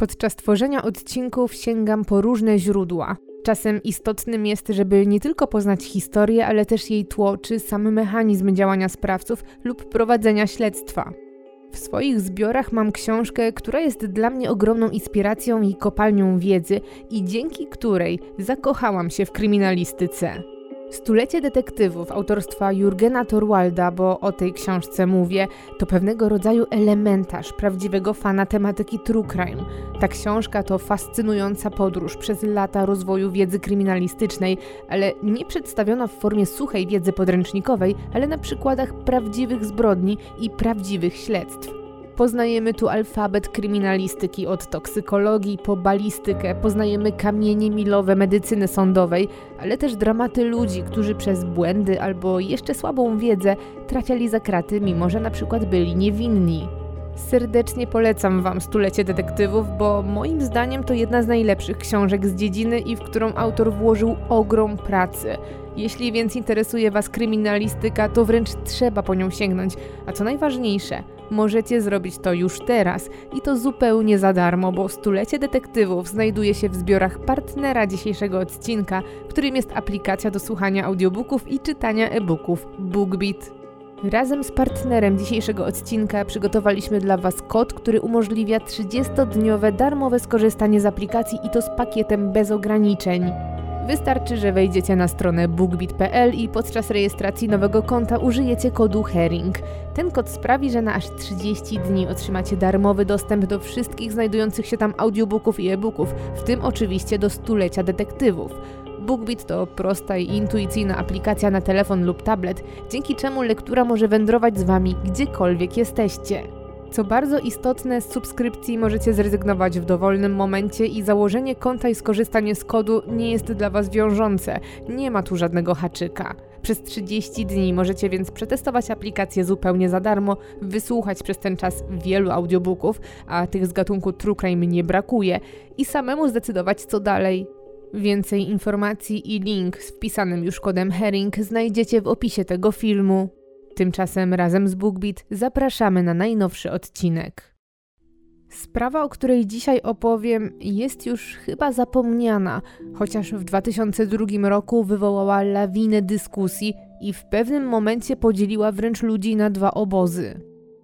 Podczas tworzenia odcinków sięgam po różne źródła. Czasem istotnym jest, żeby nie tylko poznać historię, ale też jej tło czy sam mechanizm działania sprawców lub prowadzenia śledztwa. W swoich zbiorach mam książkę, która jest dla mnie ogromną inspiracją i kopalnią wiedzy i dzięki której zakochałam się w kryminalistyce. Stulecie detektywów autorstwa Jurgena Torwalda, bo o tej książce mówię, to pewnego rodzaju elementarz prawdziwego fana tematyki true crime. Ta książka to fascynująca podróż przez lata rozwoju wiedzy kryminalistycznej, ale nie przedstawiona w formie suchej wiedzy podręcznikowej, ale na przykładach prawdziwych zbrodni i prawdziwych śledztw. Poznajemy tu alfabet kryminalistyki od toksykologii po balistykę, poznajemy kamienie milowe medycyny sądowej, ale też dramaty ludzi, którzy przez błędy albo jeszcze słabą wiedzę trafiali za kraty, mimo że na przykład byli niewinni. Serdecznie polecam Wam Stulecie detektywów, bo moim zdaniem to jedna z najlepszych książek z dziedziny i w którą autor włożył ogrom pracy. Jeśli więc interesuje Was kryminalistyka, to wręcz trzeba po nią sięgnąć, a co najważniejsze, możecie zrobić to już teraz i to zupełnie za darmo, bo Stulecie detektywów znajduje się w zbiorach partnera dzisiejszego odcinka, którym jest aplikacja do słuchania audiobooków i czytania e-booków BookBeat. Razem z partnerem dzisiejszego odcinka przygotowaliśmy dla Was kod, który umożliwia 30-dniowe darmowe skorzystanie z aplikacji i to z pakietem bez ograniczeń. Wystarczy, że wejdziecie na stronę bookbeat.pl i podczas rejestracji nowego konta użyjecie kodu HERRING. Ten kod sprawi, że na aż 30 dni otrzymacie darmowy dostęp do wszystkich znajdujących się tam audiobooków i e-booków, w tym oczywiście do Stulecia detektywów. BookBeat to prosta i intuicyjna aplikacja na telefon lub tablet, dzięki czemu lektura może wędrować z Wami gdziekolwiek jesteście. Co bardzo istotne, z subskrypcji możecie zrezygnować w dowolnym momencie i założenie konta i skorzystanie z kodu nie jest dla Was wiążące. Nie ma tu żadnego haczyka. Przez 30 dni możecie więc przetestować aplikację zupełnie za darmo, wysłuchać przez ten czas wielu audiobooków, a tych z gatunku true crime nie brakuje, i samemu zdecydować co dalej. Więcej informacji i link z wpisanym już kodem HERRING znajdziecie w opisie tego filmu. Tymczasem razem z BookBeat zapraszamy na najnowszy odcinek. Sprawa, o której dzisiaj opowiem, jest już chyba zapomniana, chociaż w 2002 roku wywołała lawinę dyskusji i w pewnym momencie podzieliła wręcz ludzi na dwa obozy.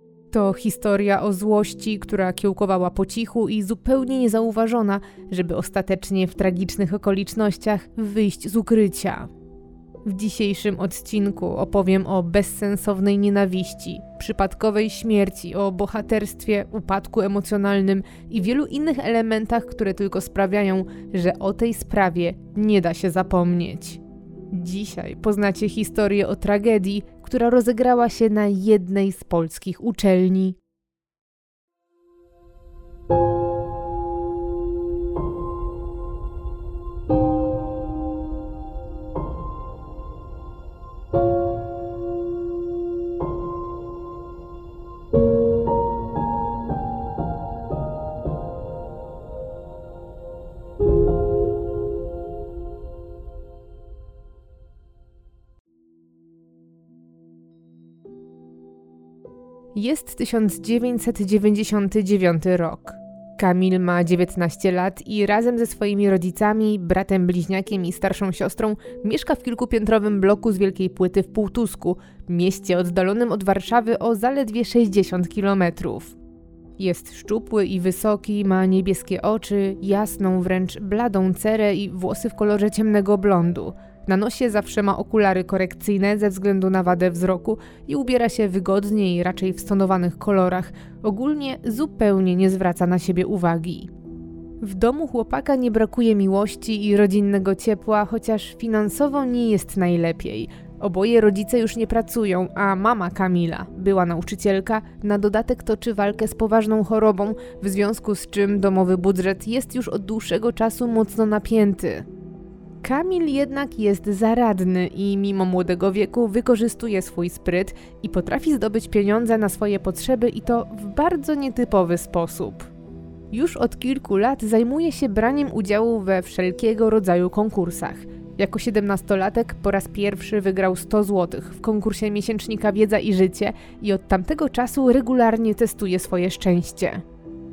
To historia o złości, która kiełkowała po cichu i zupełnie niezauważona, żeby ostatecznie w tragicznych okolicznościach wyjść z ukrycia. W dzisiejszym odcinku opowiem o bezsensownej nienawiści, przypadkowej śmierci, o bohaterstwie, upadku emocjonalnym i wielu innych elementach, które tylko sprawiają, że o tej sprawie nie da się zapomnieć. Dzisiaj poznacie historię o tragedii, która rozegrała się na jednej z polskich uczelni. Jest 1999 rok. Kamil ma 19 lat i razem ze swoimi rodzicami, bratem bliźniakiem i starszą siostrą mieszka w kilkupiętrowym bloku z Wielkiej Płyty w Półtusku, mieście oddalonym od Warszawy o zaledwie 60 kilometrów. Jest szczupły i wysoki, ma niebieskie oczy, jasną, wręcz bladą cerę i włosy w kolorze ciemnego blondu. Na nosie zawsze ma okulary korekcyjne ze względu na wadę wzroku i ubiera się wygodnie i raczej w stonowanych kolorach. Ogólnie zupełnie nie zwraca na siebie uwagi. W domu chłopaka nie brakuje miłości i rodzinnego ciepła, chociaż finansowo nie jest najlepiej. Oboje rodzice już nie pracują, a mama Kamila, była nauczycielka, na dodatek toczy walkę z poważną chorobą, w związku z czym domowy budżet jest już od dłuższego czasu mocno napięty. Kamil jednak jest zaradny i mimo młodego wieku wykorzystuje swój spryt i potrafi zdobyć pieniądze na swoje potrzeby i to w bardzo nietypowy sposób. Już od kilku lat zajmuje się braniem udziału we wszelkiego rodzaju konkursach. Jako 17-latek po raz pierwszy wygrał 100 zł w konkursie miesięcznika Wiedza i Życie i od tamtego czasu regularnie testuje swoje szczęście.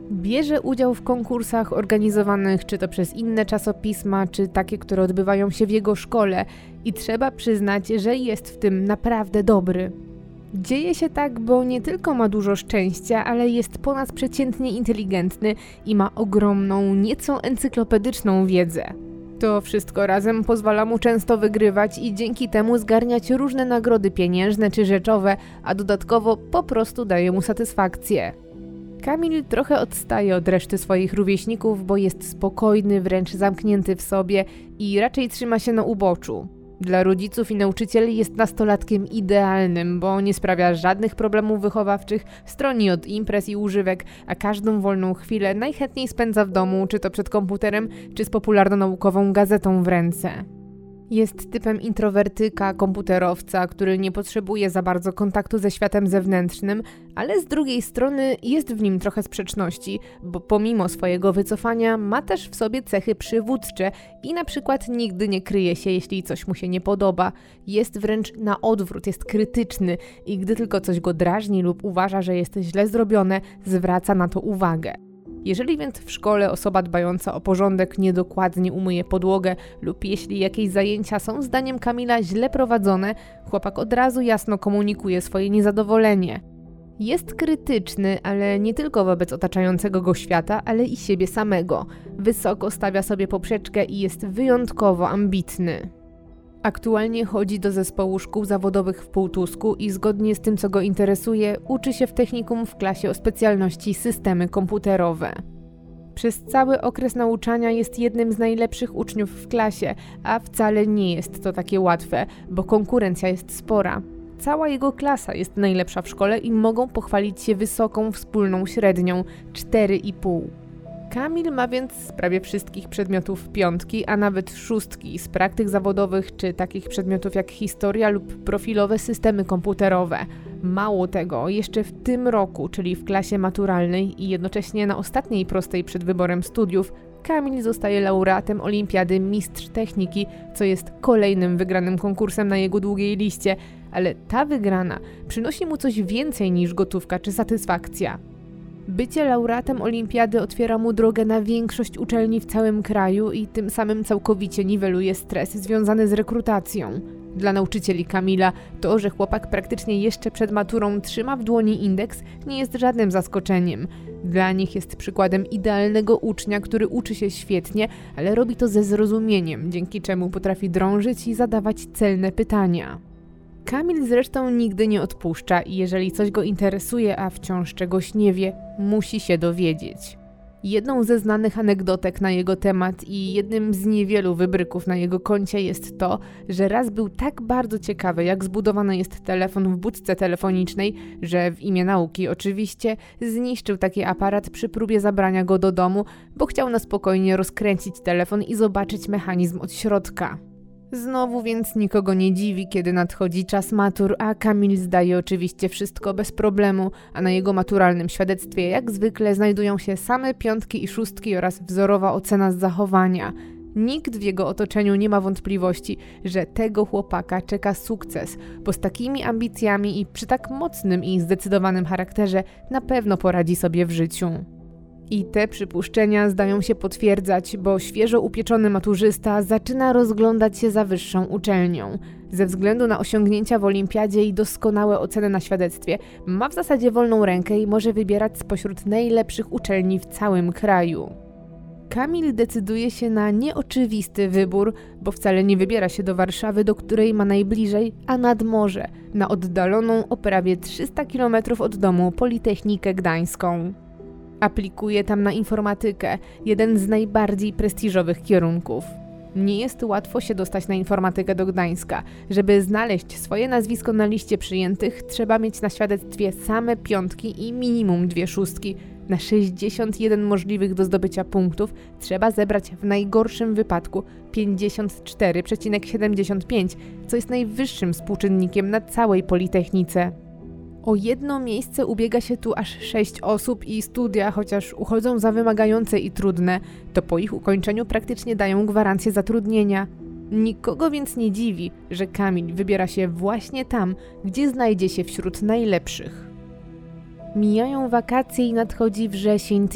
Bierze udział w konkursach organizowanych czy to przez inne czasopisma, czy takie, które odbywają się w jego szkole i trzeba przyznać, że jest w tym naprawdę dobry. Dzieje się tak, bo nie tylko ma dużo szczęścia, ale jest ponadprzeciętnie inteligentny i ma ogromną, nieco encyklopedyczną wiedzę. To wszystko razem pozwala mu często wygrywać i dzięki temu zgarniać różne nagrody pieniężne czy rzeczowe, a dodatkowo po prostu daje mu satysfakcję. Kamil trochę odstaje od reszty swoich rówieśników, bo jest spokojny, wręcz zamknięty w sobie i raczej trzyma się na uboczu. Dla rodziców i nauczycieli jest nastolatkiem idealnym, bo nie sprawia żadnych problemów wychowawczych, stroni od imprez i używek, a każdą wolną chwilę najchętniej spędza w domu, czy to przed komputerem, czy z popularno-naukową gazetą w ręce. Jest typem introwertyka, komputerowca, który nie potrzebuje za bardzo kontaktu ze światem zewnętrznym, ale z drugiej strony jest w nim trochę sprzeczności, bo pomimo swojego wycofania ma też w sobie cechy przywódcze i na przykład nigdy nie kryje się, jeśli coś mu się nie podoba. Jest wręcz na odwrót, jest krytyczny i gdy tylko coś go drażni lub uważa, że jest źle zrobione, zwraca na to uwagę. Jeżeli więc w szkole osoba dbająca o porządek niedokładnie umyje podłogę lub jeśli jakieś zajęcia są zdaniem Kamila źle prowadzone, chłopak od razu jasno komunikuje swoje niezadowolenie. Jest krytyczny, ale nie tylko wobec otaczającego go świata, ale i siebie samego. Wysoko stawia sobie poprzeczkę i jest wyjątkowo ambitny. Aktualnie chodzi do zespołu szkół zawodowych w Półtusku i zgodnie z tym, co go interesuje, uczy się w technikum w klasie o specjalności systemy komputerowe. Przez cały okres nauczania jest jednym z najlepszych uczniów w klasie, a wcale nie jest to takie łatwe, bo konkurencja jest spora. Cała jego klasa jest najlepsza w szkole i mogą pochwalić się wysoką wspólną średnią 4,5. Kamil ma więc z prawie wszystkich przedmiotów 5, a nawet 6 z praktyk zawodowych czy takich przedmiotów jak historia lub profilowe systemy komputerowe. Mało tego, jeszcze w tym roku, czyli w klasie maturalnej i jednocześnie na ostatniej prostej przed wyborem studiów, Kamil zostaje laureatem Olimpiady Mistrz Techniki, co jest kolejnym wygranym konkursem na jego długiej liście, ale ta wygrana przynosi mu coś więcej niż gotówka czy satysfakcja. Bycie laureatem olimpiady otwiera mu drogę na większość uczelni w całym kraju i tym samym całkowicie niweluje stres związany z rekrutacją. Dla nauczycieli Kamila to, że chłopak praktycznie jeszcze przed maturą trzyma w dłoni indeks, nie jest żadnym zaskoczeniem. Dla nich jest przykładem idealnego ucznia, który uczy się świetnie, ale robi to ze zrozumieniem, dzięki czemu potrafi drążyć i zadawać celne pytania. Kamil zresztą nigdy nie odpuszcza i jeżeli coś go interesuje, a wciąż czegoś nie wie, musi się dowiedzieć. Jedną ze znanych anegdotek na jego temat i jednym z niewielu wybryków na jego koncie jest to, że raz był tak bardzo ciekawy, jak zbudowany jest telefon w budce telefonicznej, że w imię nauki oczywiście zniszczył taki aparat przy próbie zabrania go do domu, bo chciał na spokojnie rozkręcić telefon i zobaczyć mechanizm od środka. Znowu więc nikogo nie dziwi, kiedy nadchodzi czas matur, a Kamil zdaje oczywiście wszystko bez problemu, a na jego maturalnym świadectwie jak zwykle znajdują się same 5 i 6 oraz wzorowa ocena z zachowania. Nikt w jego otoczeniu nie ma wątpliwości, że tego chłopaka czeka sukces, bo z takimi ambicjami i przy tak mocnym i zdecydowanym charakterze na pewno poradzi sobie w życiu. I te przypuszczenia zdają się potwierdzać, bo świeżo upieczony maturzysta zaczyna rozglądać się za wyższą uczelnią. Ze względu na osiągnięcia w olimpiadzie i doskonałe oceny na świadectwie, ma w zasadzie wolną rękę i może wybierać spośród najlepszych uczelni w całym kraju. Kamil decyduje się na nieoczywisty wybór, bo wcale nie wybiera się do Warszawy, do której ma najbliżej, a nad morze, na oddaloną o prawie 300 km od domu Politechnikę Gdańską. Aplikuje tam na informatykę, jeden z najbardziej prestiżowych kierunków. Nie jest łatwo się dostać na informatykę do Gdańska. Żeby znaleźć swoje nazwisko na liście przyjętych, trzeba mieć na świadectwie same 5 i minimum 2 6. Na 61 możliwych do zdobycia punktów trzeba zebrać w najgorszym wypadku 54,75, co jest najwyższym współczynnikiem na całej Politechnice. O jedno miejsce ubiega się tu aż 6 osób i studia, chociaż uchodzą za wymagające i trudne, to po ich ukończeniu praktycznie dają gwarancję zatrudnienia. Nikogo więc nie dziwi, że Kamil wybiera się właśnie tam, gdzie znajdzie się wśród najlepszych. Mijają wakacje i nadchodzi wrzesień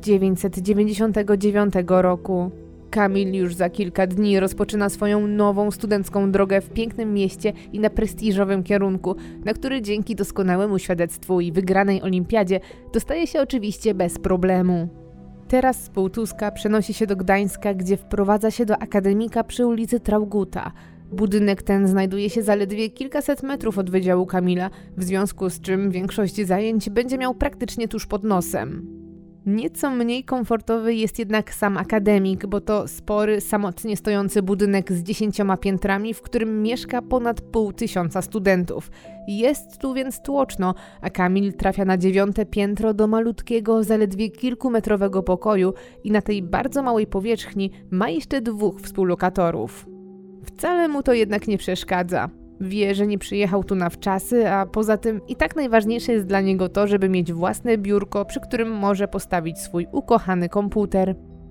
1999 roku. Kamil już za kilka dni rozpoczyna swoją nową studencką drogę w pięknym mieście i na prestiżowym kierunku, na który dzięki doskonałemu świadectwu i wygranej olimpiadzie dostaje się oczywiście bez problemu. Teraz z Półtuska przenosi się do Gdańska, gdzie wprowadza się do akademika przy ulicy Traugutta. Budynek ten znajduje się zaledwie kilkaset metrów od Wydziału Kamila, w związku z czym większość zajęć będzie miał praktycznie tuż pod nosem. Nieco mniej komfortowy jest jednak sam akademik, bo to spory, samotnie stojący budynek z 10 piętrami, w którym mieszka ponad 500 studentów. Jest tu więc tłoczno, a Kamil trafia na 9 piętro do malutkiego, zaledwie kilkumetrowego pokoju i na tej bardzo małej powierzchni ma jeszcze 2 współlokatorów. Wcale mu to jednak nie przeszkadza. Wie, że nie przyjechał tu na wczasy, a poza tym i tak najważniejsze jest dla niego to, żeby mieć własne biurko, przy którym może postawić swój ukochany komputer.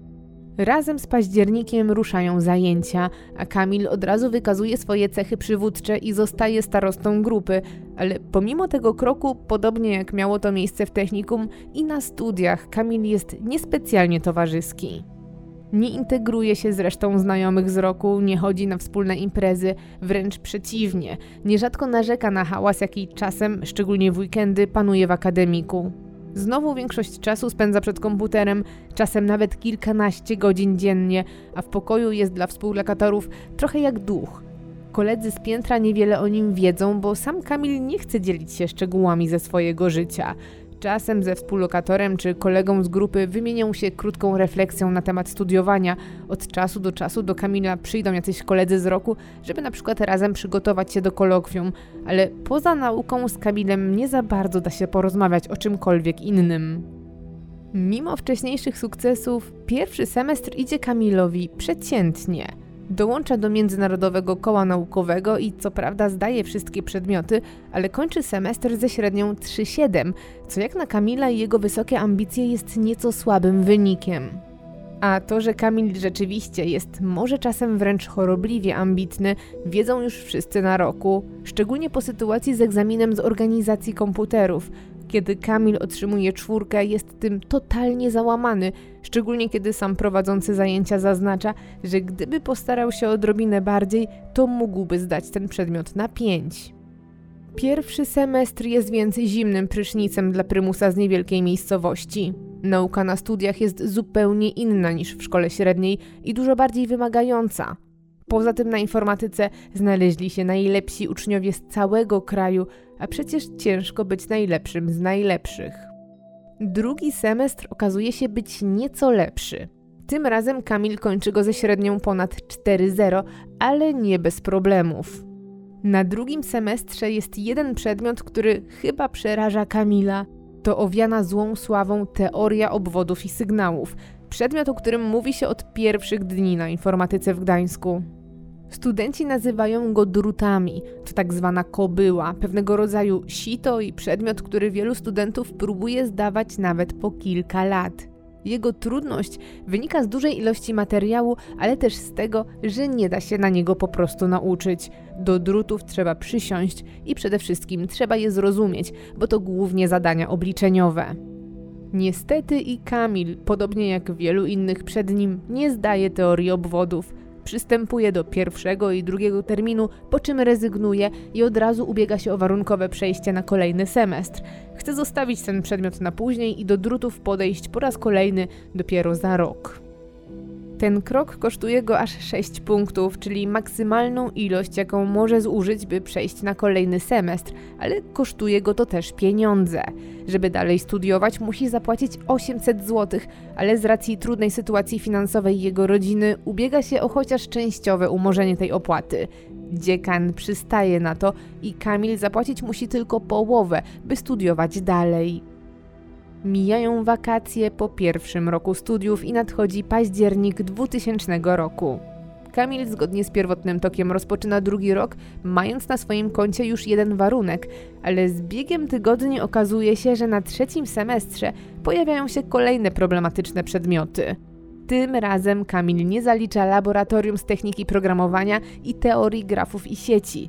Razem z październikiem ruszają zajęcia, a Kamil od razu wykazuje swoje cechy przywódcze i zostaje starostą grupy, ale pomimo tego kroku, podobnie jak miało to miejsce w technikum, i na studiach Kamil jest niespecjalnie towarzyski. Nie integruje się z resztą znajomych z roku, nie chodzi na wspólne imprezy, wręcz przeciwnie. Nierzadko narzeka na hałas, jaki czasem, szczególnie w weekendy, panuje w akademiku. Znowu większość czasu spędza przed komputerem, czasem nawet kilkanaście godzin dziennie, a w pokoju jest dla współlokatorów trochę jak duch. Koledzy z piętra niewiele o nim wiedzą, bo sam Kamil nie chce dzielić się szczegółami ze swojego życia. Czasem ze współlokatorem czy kolegą z grupy wymienią się krótką refleksją na temat studiowania. Od czasu do Kamila przyjdą jacyś koledzy z roku, żeby na przykład razem przygotować się do kolokwium, ale poza nauką z Kamilem nie za bardzo da się porozmawiać o czymkolwiek innym. Mimo wcześniejszych sukcesów, pierwszy semestr idzie Kamilowi przeciętnie. Dołącza do Międzynarodowego Koła Naukowego i co prawda zdaje wszystkie przedmioty, ale kończy semestr ze średnią 3,7, co jak na Kamila i jego wysokie ambicje jest nieco słabym wynikiem. A to, że Kamil rzeczywiście jest może czasem wręcz chorobliwie ambitny, wiedzą już wszyscy na roku, szczególnie po sytuacji z egzaminem z organizacji komputerów. Kiedy Kamil otrzymuje 4, jest tym totalnie załamany, szczególnie kiedy sam prowadzący zajęcia zaznacza, że gdyby postarał się odrobinę bardziej, to mógłby zdać ten przedmiot na 5. Pierwszy semestr jest więc zimnym prysznicem dla prymusa z niewielkiej miejscowości. Nauka na studiach jest zupełnie inna niż w szkole średniej i dużo bardziej wymagająca. Poza tym na informatyce znaleźli się najlepsi uczniowie z całego kraju, a przecież ciężko być najlepszym z najlepszych. Drugi semestr okazuje się być nieco lepszy. Tym razem Kamil kończy go ze średnią ponad 4,0, ale nie bez problemów. Na drugim semestrze jest jeden przedmiot, który chyba przeraża Kamila. To owiana złą sławą teoria obwodów i sygnałów. Przedmiot, o którym mówi się od pierwszych dni na informatyce w Gdańsku. Studenci nazywają go drutami, to tak zwana kobyła, pewnego rodzaju sito i przedmiot, który wielu studentów próbuje zdawać nawet po kilka lat. Jego trudność wynika z dużej ilości materiału, ale też z tego, że nie da się na niego po prostu nauczyć. Do drutów trzeba przysiąść i przede wszystkim trzeba je zrozumieć, bo to głównie zadania obliczeniowe. Niestety i Kamil, podobnie jak wielu innych przed nim, nie zdaje teorii obwodów. Przystępuje do 1. i 2. terminu, po czym rezygnuje i od razu ubiega się o warunkowe przejście na kolejny semestr. Chce zostawić ten przedmiot na później i do drutów podejść po raz kolejny dopiero za rok. Ten krok kosztuje go aż 6 punktów, czyli maksymalną ilość, jaką może zużyć, by przejść na kolejny semestr, ale kosztuje go to też pieniądze. Żeby dalej studiować, musi zapłacić 800 zł, ale z racji trudnej sytuacji finansowej jego rodziny ubiega się o chociaż częściowe umorzenie tej opłaty. Dziekan przystaje na to i Kamil zapłacić musi tylko połowę, by studiować dalej. Mijają wakacje po pierwszym roku studiów i nadchodzi październik 2000 roku. Kamil zgodnie z pierwotnym tokiem rozpoczyna drugi rok, mając na swoim koncie już jeden warunek, ale z biegiem tygodni okazuje się, że na trzecim semestrze pojawiają się kolejne problematyczne przedmioty. Tym razem Kamil nie zalicza laboratorium z techniki programowania i teorii grafów i sieci.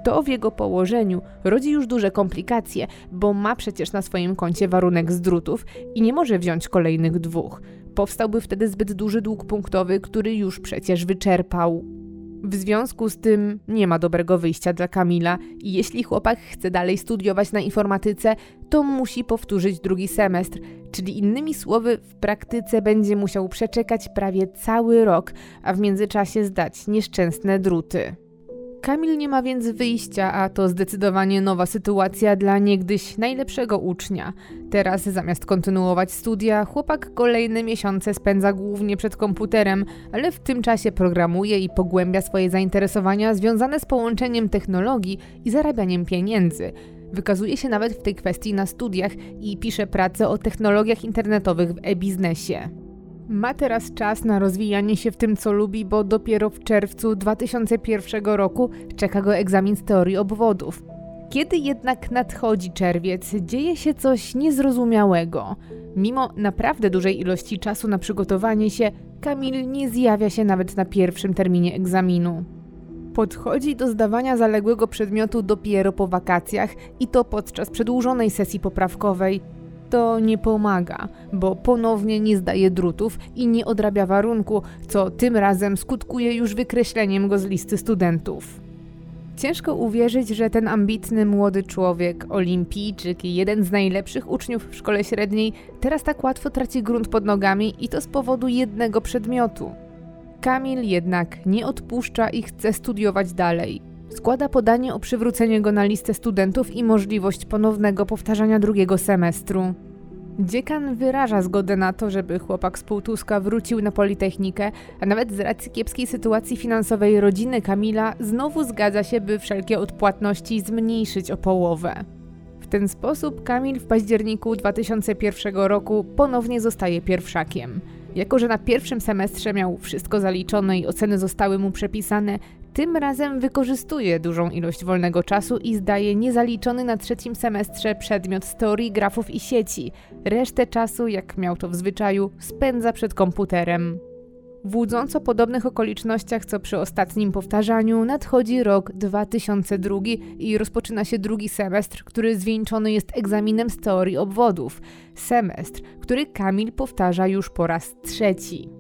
To w jego położeniu rodzi już duże komplikacje, bo ma przecież na swoim koncie warunek z drutów i nie może wziąć kolejnych 2. Powstałby wtedy zbyt duży dług punktowy, który już przecież wyczerpał. W związku z tym nie ma dobrego wyjścia dla Kamila i jeśli chłopak chce dalej studiować na informatyce, to musi powtórzyć 2. semestr, czyli innymi słowy w praktyce będzie musiał przeczekać prawie cały rok, a w międzyczasie zdać nieszczęsne druty. Kamil nie ma więc wyjścia, a to zdecydowanie nowa sytuacja dla niegdyś najlepszego ucznia. Teraz zamiast kontynuować studia, chłopak kolejne miesiące spędza głównie przed komputerem, ale w tym czasie programuje i pogłębia swoje zainteresowania związane z połączeniem technologii i zarabianiem pieniędzy. Wykazuje się nawet w tej kwestii na studiach i pisze pracę o technologiach internetowych w e-biznesie. Ma teraz czas na rozwijanie się w tym, co lubi, bo dopiero w czerwcu 2001 roku czeka go egzamin z teorii obwodów. Kiedy jednak nadchodzi czerwiec, dzieje się coś niezrozumiałego. Mimo naprawdę dużej ilości czasu na przygotowanie się, Kamil nie zjawia się nawet na pierwszym terminie egzaminu. Podchodzi do zdawania zaległego przedmiotu dopiero po wakacjach i to podczas przedłużonej sesji poprawkowej. To nie pomaga, bo ponownie nie zdaje drutów i nie odrabia warunku, co tym razem skutkuje już wykreśleniem go z listy studentów. Ciężko uwierzyć, że ten ambitny młody człowiek, olimpijczyk i jeden z najlepszych uczniów w szkole średniej teraz tak łatwo traci grunt pod nogami i to z powodu jednego przedmiotu. Kamil jednak nie odpuszcza i chce studiować dalej. Składa podanie o przywrócenie go na listę studentów i możliwość ponownego powtarzania 2. semestru. Dziekan wyraża zgodę na to, żeby chłopak z Półtuska wrócił na Politechnikę, a nawet z racji kiepskiej sytuacji finansowej rodziny Kamila znowu zgadza się, by wszelkie odpłatności zmniejszyć o połowę. W ten sposób Kamil w październiku 2001 roku ponownie zostaje pierwszakiem. Jako że na pierwszym semestrze miał wszystko zaliczone i oceny zostały mu przepisane, tym razem wykorzystuje dużą ilość wolnego czasu i zdaje niezaliczony na 3. semestrze przedmiot z teorii grafów i sieci. Resztę czasu, jak miał to w zwyczaju, spędza przed komputerem. W łudząco podobnych okolicznościach co przy ostatnim powtarzaniu nadchodzi rok 2002 i rozpoczyna się 2. semestr, który zwieńczony jest egzaminem z teorii obwodów. Semestr, który Kamil powtarza już po raz 3.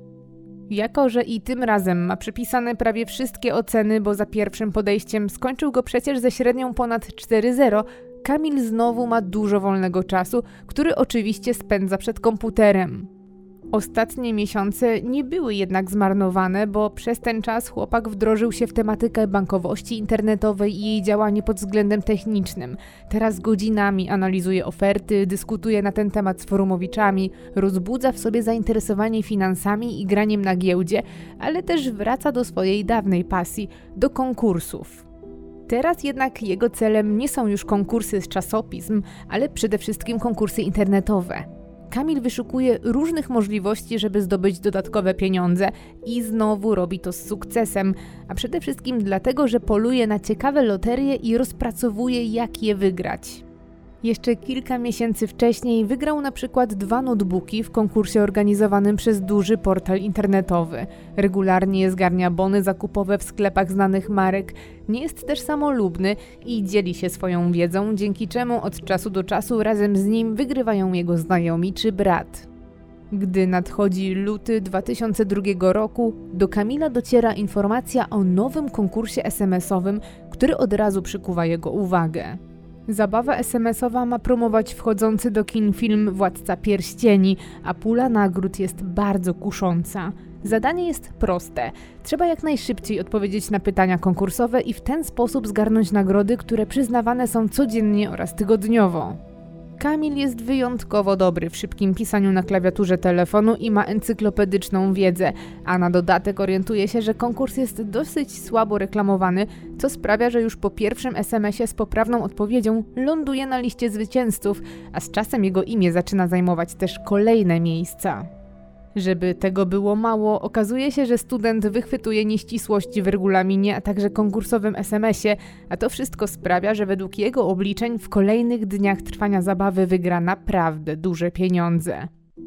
Jako że i tym razem ma przypisane prawie wszystkie oceny, bo za pierwszym podejściem skończył go przecież ze średnią ponad 4,0, Kamil znowu ma dużo wolnego czasu, który oczywiście spędza przed komputerem. Ostatnie miesiące nie były jednak zmarnowane, bo przez ten czas chłopak wdrożył się w tematykę bankowości internetowej i jej działanie pod względem technicznym. Teraz godzinami analizuje oferty, dyskutuje na ten temat z forumowiczami, rozbudza w sobie zainteresowanie finansami i graniem na giełdzie, ale też wraca do swojej dawnej pasji, do konkursów. Teraz jednak jego celem nie są już konkursy z czasopism, ale przede wszystkim konkursy internetowe. Kamil wyszukuje różnych możliwości, żeby zdobyć dodatkowe pieniądze i znowu robi to z sukcesem, a przede wszystkim dlatego, że poluje na ciekawe loterie i rozpracowuje, jak je wygrać. Jeszcze kilka miesięcy wcześniej wygrał na przykład 2 notebooki w konkursie organizowanym przez duży portal internetowy. Regularnie zgarnia bony zakupowe w sklepach znanych marek, nie jest też samolubny i dzieli się swoją wiedzą, dzięki czemu od czasu do czasu razem z nim wygrywają jego znajomi czy brat. Gdy nadchodzi luty 2002 roku, do Kamila dociera informacja o nowym konkursie SMS-owym, który od razu przykuwa jego uwagę. Zabawa SMS-owa ma promować wchodzący do kin film Władca Pierścieni, a pula nagród jest bardzo kusząca. Zadanie jest proste. Trzeba jak najszybciej odpowiedzieć na pytania konkursowe i w ten sposób zgarnąć nagrody, które przyznawane są codziennie oraz tygodniowo. Kamil jest wyjątkowo dobry w szybkim pisaniu na klawiaturze telefonu i ma encyklopedyczną wiedzę, a na dodatek orientuje się, że konkurs jest dosyć słabo reklamowany, co sprawia, że już po pierwszym SMS-ie z poprawną odpowiedzią ląduje na liście zwycięzców, a z czasem jego imię zaczyna zajmować też kolejne miejsca. Żeby tego było mało, okazuje się, że student wychwytuje nieścisłości w regulaminie, a także konkursowym SMS-ie, a to wszystko sprawia, że według jego obliczeń w kolejnych dniach trwania zabawy wygra naprawdę duże pieniądze.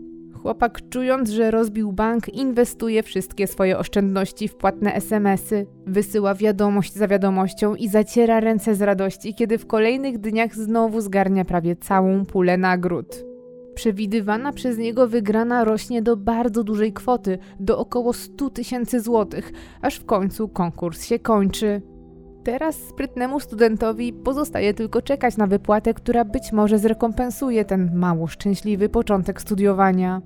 Chłopak, czując, że rozbił bank, inwestuje wszystkie swoje oszczędności w płatne SMS-y, wysyła wiadomość za wiadomością i zaciera ręce z radości, kiedy w kolejnych dniach znowu zgarnia prawie całą pulę nagród. Przewidywana przez niego wygrana rośnie do bardzo dużej kwoty, do około 100 000 złotych, aż w końcu konkurs się kończy. Teraz sprytnemu studentowi pozostaje tylko czekać na wypłatę, która być może zrekompensuje ten mało szczęśliwy początek studiowania.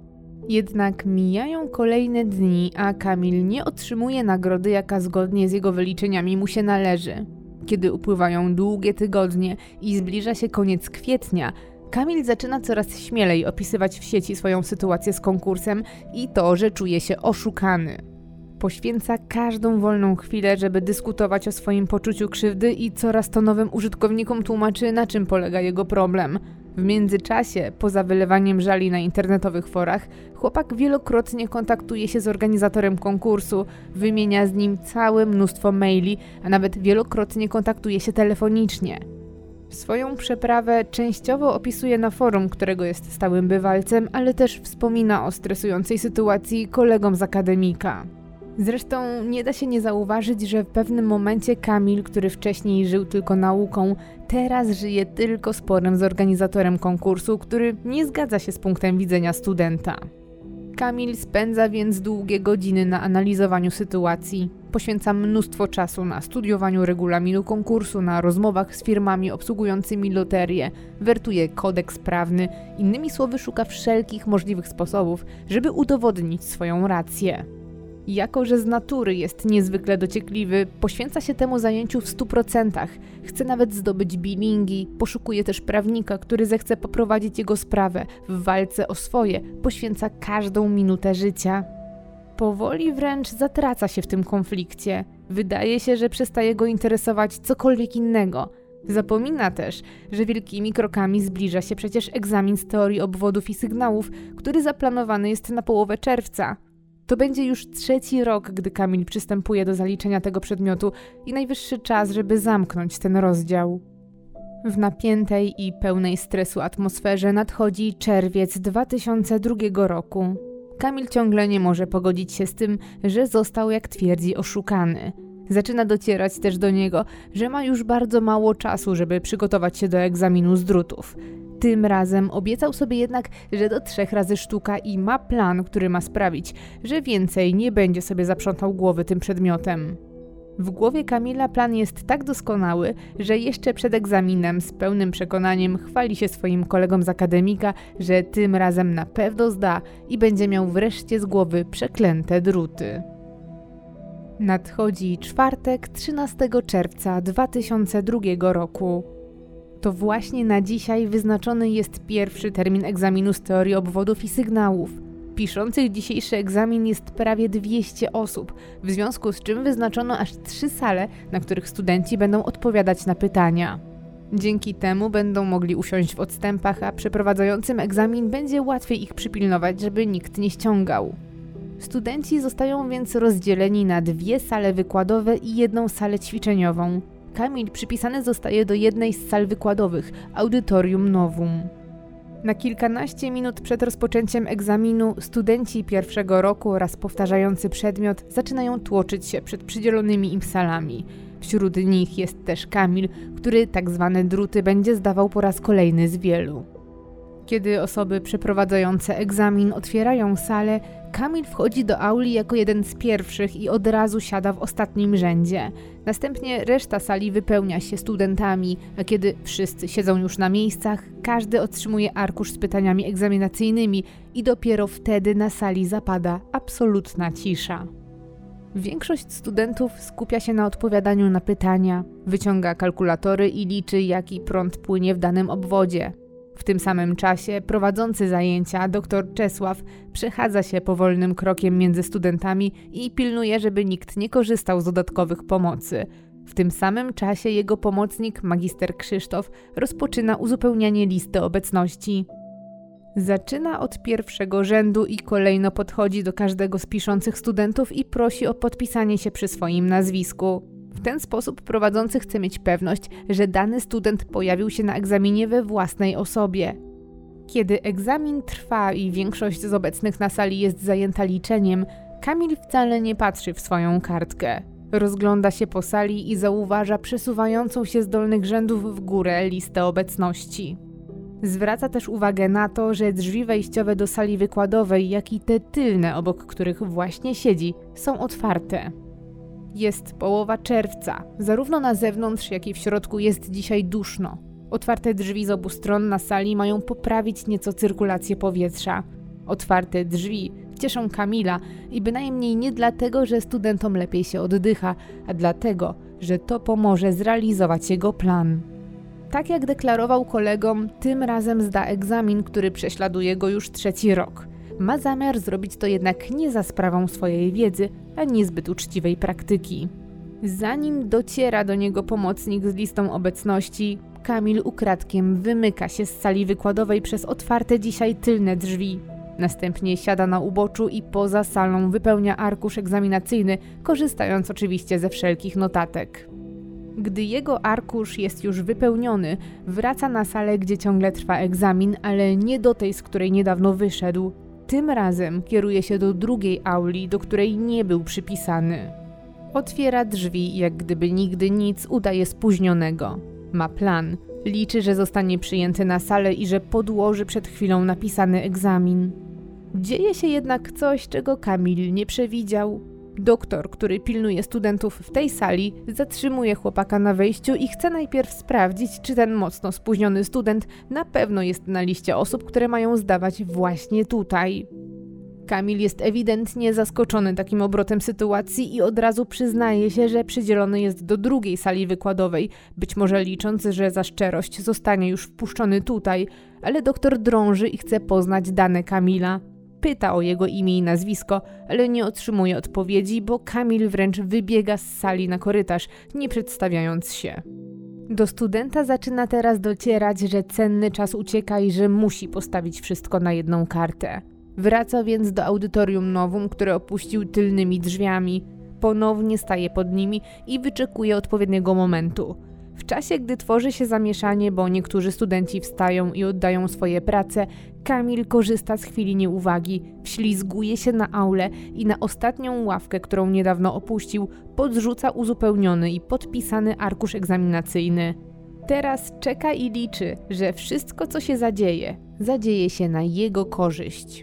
Jednak mijają kolejne dni, a Kamil nie otrzymuje nagrody, jaka zgodnie z jego wyliczeniami mu się należy. Kiedy upływają długie tygodnie i zbliża się koniec kwietnia, Kamil zaczyna coraz śmielej opisywać w sieci swoją sytuację z konkursem i to, że czuje się oszukany. Poświęca każdą wolną chwilę, żeby dyskutować o swoim poczuciu krzywdy i coraz to nowym użytkownikom tłumaczy, na czym polega jego problem. W międzyczasie, poza wylewaniem żali na internetowych forach, chłopak wielokrotnie kontaktuje się z organizatorem konkursu, wymienia z nim całe mnóstwo maili, a nawet wielokrotnie kontaktuje się telefonicznie. Swoją przeprawę częściowo opisuje na forum, którego jest stałym bywalcem, ale też wspomina o stresującej sytuacji kolegom z akademika. Zresztą nie da się nie zauważyć, że w pewnym momencie Kamil, który wcześniej żył tylko nauką, teraz żyje tylko sporem z organizatorem konkursu, który nie zgadza się z punktem widzenia studenta. Kamil spędza więc długie godziny na analizowaniu sytuacji. Poświęca mnóstwo czasu na studiowaniu regulaminu konkursu, na rozmowach z firmami obsługującymi loterię, wertuje kodeks prawny, innymi słowy szuka wszelkich możliwych sposobów, żeby udowodnić swoją rację. Jako że z natury jest niezwykle dociekliwy, poświęca się temu zajęciu w 100%. Chce nawet zdobyć bilingi, poszukuje też prawnika, który zechce poprowadzić jego sprawę. W walce o swoje poświęca każdą minutę życia. Powoli wręcz zatraca się w tym konflikcie. Wydaje się, że przestaje go interesować cokolwiek innego. Zapomina też, że wielkimi krokami zbliża się przecież egzamin z teorii obwodów i sygnałów, który zaplanowany jest na połowę czerwca. To będzie już 3. rok, gdy Kamil przystępuje do zaliczenia tego przedmiotu i najwyższy czas, żeby zamknąć ten rozdział. W napiętej i pełnej stresu atmosferze nadchodzi czerwiec 2002 roku. Kamil ciągle nie może pogodzić się z tym, że został, jak twierdzi, oszukany. Zaczyna docierać też do niego, że ma już bardzo mało czasu, żeby przygotować się do egzaminu z drutów. Tym razem obiecał sobie jednak, że do 3 razy sztuka i ma plan, który ma sprawić, że więcej nie będzie sobie zaprzątał głowy tym przedmiotem. W głowie Kamila plan jest tak doskonały, że jeszcze przed egzaminem z pełnym przekonaniem chwali się swoim kolegom z akademika, że tym razem na pewno zda i będzie miał wreszcie z głowy przeklęte druty. Nadchodzi czwartek, 13 czerwca 2002 roku. To właśnie na dzisiaj wyznaczony jest pierwszy termin egzaminu z teorii obwodów i sygnałów. Piszących dzisiejszy egzamin jest prawie 200 osób, w związku z czym wyznaczono aż 3 sale, na których studenci będą odpowiadać na pytania. Dzięki temu będą mogli usiąść w odstępach, a przeprowadzającym egzamin będzie łatwiej ich przypilnować, żeby nikt nie ściągał. Studenci zostają więc rozdzieleni na 2 sale wykładowe i 1 salę ćwiczeniową. Kamil przypisany zostaje do jednej z sal wykładowych, Audytorium Novum. Na kilkanaście minut przed rozpoczęciem egzaminu studenci 1. roku oraz powtarzający przedmiot zaczynają tłoczyć się przed przydzielonymi im salami. Wśród nich jest też Kamil, który tak zwane druty będzie zdawał po raz kolejny z wielu. Kiedy osoby przeprowadzające egzamin otwierają salę, Kamil wchodzi do auli jako jeden z pierwszych i od razu siada w ostatnim rzędzie. Następnie reszta sali wypełnia się studentami, a kiedy wszyscy siedzą już na miejscach, każdy otrzymuje arkusz z pytaniami egzaminacyjnymi i dopiero wtedy na sali zapada absolutna cisza. Większość studentów skupia się na odpowiadaniu na pytania, wyciąga kalkulatory i liczy, jaki prąd płynie w danym obwodzie. W tym samym czasie prowadzący zajęcia dr Czesław przechadza się powolnym krokiem między studentami i pilnuje, żeby nikt nie korzystał z dodatkowych pomocy. W tym samym czasie jego pomocnik, magister Krzysztof, rozpoczyna uzupełnianie listy obecności. Zaczyna od pierwszego rzędu i kolejno podchodzi do każdego z piszących studentów i prosi o podpisanie się przy swoim nazwisku. W ten sposób prowadzący chce mieć pewność, że dany student pojawił się na egzaminie we własnej osobie. Kiedy egzamin trwa i większość z obecnych na sali jest zajęta liczeniem, Kamil wcale nie patrzy w swoją kartkę. Rozgląda się po sali i zauważa przesuwającą się z dolnych rzędów w górę listę obecności. Zwraca też uwagę na to, że drzwi wejściowe do sali wykładowej, jak i te tylne, obok których właśnie siedzi, są otwarte. Jest połowa czerwca. Zarówno na zewnątrz, jak i w środku jest dzisiaj duszno. Otwarte drzwi z obu stron na sali mają poprawić nieco cyrkulację powietrza. Otwarte drzwi cieszą Kamila i bynajmniej nie dlatego, że studentom lepiej się oddycha, a dlatego, że to pomoże zrealizować jego plan. Tak jak deklarował kolegom, tym razem zda egzamin, który prześladuje go już 3. rok. Ma zamiar zrobić to jednak nie za sprawą swojej wiedzy, a niezbyt uczciwej praktyki. Zanim dociera do niego pomocnik z listą obecności, Kamil ukradkiem wymyka się z sali wykładowej przez otwarte dzisiaj tylne drzwi. Następnie siada na uboczu i poza salą wypełnia arkusz egzaminacyjny, korzystając oczywiście ze wszelkich notatek. Gdy jego arkusz jest już wypełniony, wraca na salę, gdzie ciągle trwa egzamin, ale nie do tej, z której niedawno wyszedł. Tym razem kieruje się do drugiej auli, do której nie był przypisany. Otwiera drzwi i jak gdyby nigdy nic udaje spóźnionego. Ma plan. Liczy, że zostanie przyjęty na salę i że podłoży przed chwilą napisany egzamin. Dzieje się jednak coś, czego Kamil nie przewidział. Doktor, który pilnuje studentów w tej sali, zatrzymuje chłopaka na wejściu i chce najpierw sprawdzić, czy ten mocno spóźniony student na pewno jest na liście osób, które mają zdawać właśnie tutaj. Kamil jest ewidentnie zaskoczony takim obrotem sytuacji i od razu przyznaje się, że przydzielony jest do drugiej sali wykładowej, być może licząc, że za szczerość zostanie już wpuszczony tutaj, ale doktor drąży i chce poznać dane Kamila. Pyta o jego imię i nazwisko, ale nie otrzymuje odpowiedzi, bo Kamil wręcz wybiega z sali na korytarz, nie przedstawiając się. Do studenta zaczyna teraz docierać, że cenny czas ucieka i że musi postawić wszystko na jedną kartę. Wraca więc do audytorium novum, które opuścił tylnymi drzwiami. Ponownie staje pod nimi i wyczekuje odpowiedniego momentu. W czasie, gdy tworzy się zamieszanie, bo niektórzy studenci wstają i oddają swoje prace, Kamil korzysta z chwili nieuwagi, wślizguje się na aulę i na ostatnią ławkę, którą niedawno opuścił, podrzuca uzupełniony i podpisany arkusz egzaminacyjny. Teraz czeka i liczy, że wszystko, co się zadzieje się na jego korzyść.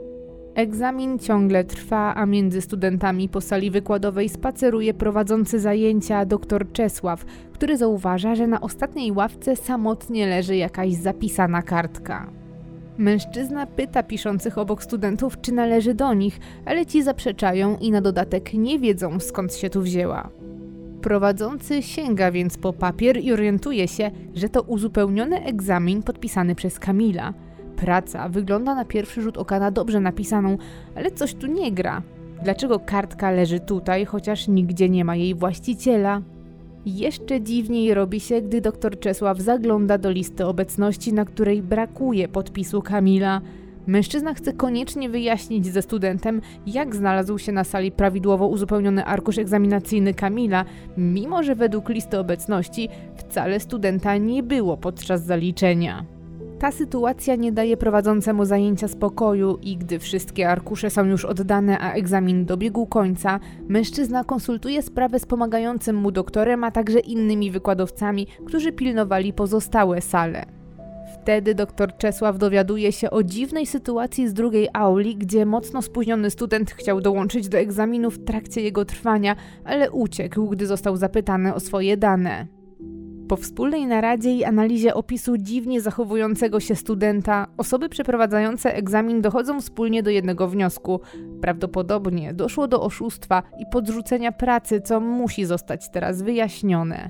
Egzamin ciągle trwa, a między studentami po sali wykładowej spaceruje prowadzący zajęcia dr Czesław, który zauważa, że na ostatniej ławce samotnie leży jakaś zapisana kartka. Mężczyzna pyta piszących obok studentów, czy należy do nich, ale ci zaprzeczają i na dodatek nie wiedzą, skąd się tu wzięła. Prowadzący sięga więc po papier i orientuje się, że to uzupełniony egzamin podpisany przez Kamila. Praca wygląda na pierwszy rzut oka na dobrze napisaną, ale coś tu nie gra. Dlaczego kartka leży tutaj, chociaż nigdzie nie ma jej właściciela? Jeszcze dziwniej robi się, gdy dr Czesław zagląda do listy obecności, na której brakuje podpisu Kamila. Mężczyzna chce koniecznie wyjaśnić ze studentem, jak znalazł się na sali prawidłowo uzupełniony arkusz egzaminacyjny Kamila, mimo że według listy obecności wcale studenta nie było podczas zaliczenia. Ta sytuacja nie daje prowadzącemu zajęcia spokoju i gdy wszystkie arkusze są już oddane, a egzamin dobiegł końca, mężczyzna konsultuje sprawę z pomagającym mu doktorem, a także innymi wykładowcami, którzy pilnowali pozostałe sale. Wtedy dr Czesław dowiaduje się o dziwnej sytuacji z drugiej auli, gdzie mocno spóźniony student chciał dołączyć do egzaminu w trakcie jego trwania, ale uciekł, gdy został zapytany o swoje dane. Po wspólnej naradzie i analizie opisu dziwnie zachowującego się studenta, osoby przeprowadzające egzamin dochodzą wspólnie do jednego wniosku. Prawdopodobnie doszło do oszustwa i podrzucenia pracy, co musi zostać teraz wyjaśnione.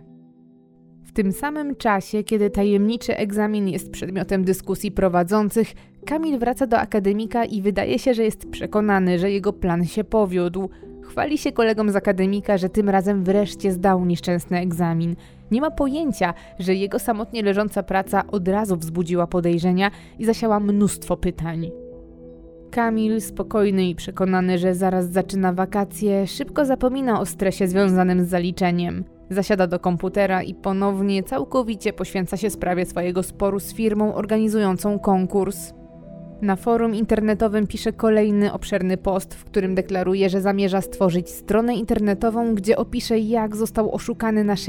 W tym samym czasie, kiedy tajemniczy egzamin jest przedmiotem dyskusji prowadzących, Kamil wraca do akademika i wydaje się, że jest przekonany, że jego plan się powiódł. Chwali się kolegom z akademika, że tym razem wreszcie zdał nieszczęsny egzamin. Nie ma pojęcia, że jego samotnie leżąca praca od razu wzbudziła podejrzenia i zasiała mnóstwo pytań. Kamil, spokojny i przekonany, że zaraz zaczyna wakacje, szybko zapomina o stresie związanym z zaliczeniem. Zasiada do komputera i ponownie całkowicie poświęca się sprawie swojego sporu z firmą organizującą konkurs. Na forum internetowym pisze kolejny obszerny post, w którym deklaruje, że zamierza stworzyć stronę internetową, gdzie opisze, jak został oszukany na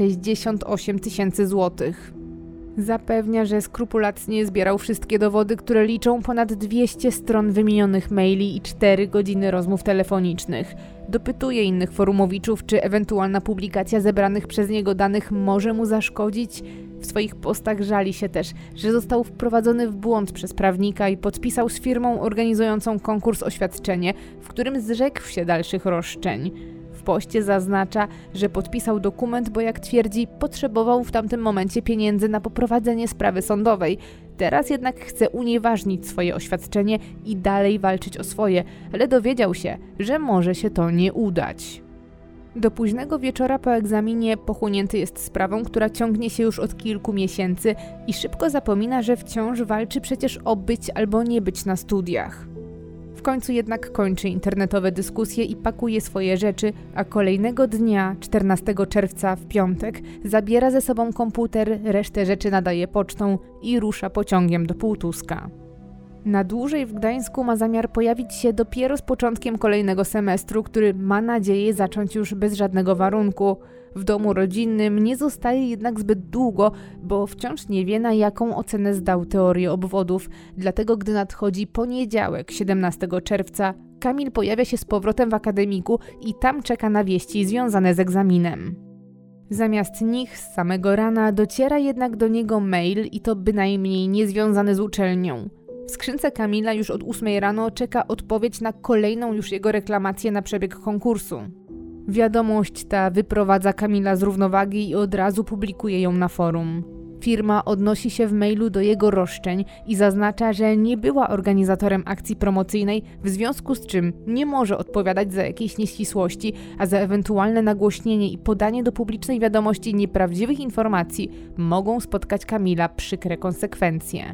68 000 złotych. Zapewnia, że skrupulatnie zbierał wszystkie dowody, które liczą ponad 200 stron wymienionych maili i 4 godziny rozmów telefonicznych. Dopytuje innych forumowiczów, czy ewentualna publikacja zebranych przez niego danych może mu zaszkodzić. W swoich postach żali się też, że został wprowadzony w błąd przez prawnika i podpisał z firmą organizującą konkurs oświadczenie, w którym zrzekł się dalszych roszczeń. W poście zaznacza, że podpisał dokument, bo jak twierdzi, potrzebował w tamtym momencie pieniędzy na poprowadzenie sprawy sądowej. Teraz jednak chce unieważnić swoje oświadczenie i dalej walczyć o swoje, ale dowiedział się, że może się to nie udać. Do późnego wieczora po egzaminie pochłonięty jest sprawą, która ciągnie się już od kilku miesięcy i szybko zapomina, że wciąż walczy przecież o być albo nie być na studiach. W końcu jednak kończy internetowe dyskusje i pakuje swoje rzeczy, a kolejnego dnia, 14 czerwca w piątek, zabiera ze sobą komputer, resztę rzeczy nadaje pocztą i rusza pociągiem do Półtuska. Na dłużej w Gdańsku ma zamiar pojawić się dopiero z początkiem kolejnego semestru, który ma nadzieję zacząć już bez żadnego warunku. W domu rodzinnym nie zostaje jednak zbyt długo, bo wciąż nie wie, na jaką ocenę zdał teorię obwodów. Dlatego gdy nadchodzi poniedziałek, 17 czerwca, Kamil pojawia się z powrotem w akademiku i tam czeka na wieści związane z egzaminem. Zamiast nich z samego rana dociera jednak do niego mail i to bynajmniej niezwiązany z uczelnią. W skrzynce Kamila już od 8 rano czeka odpowiedź na kolejną już jego reklamację na przebieg konkursu. Wiadomość ta wyprowadza Kamila z równowagi i od razu publikuje ją na forum. Firma odnosi się w mailu do jego roszczeń i zaznacza, że nie była organizatorem akcji promocyjnej, w związku z czym nie może odpowiadać za jakieś nieścisłości, a za ewentualne nagłośnienie i podanie do publicznej wiadomości nieprawdziwych informacji mogą spotkać Kamila przykre konsekwencje.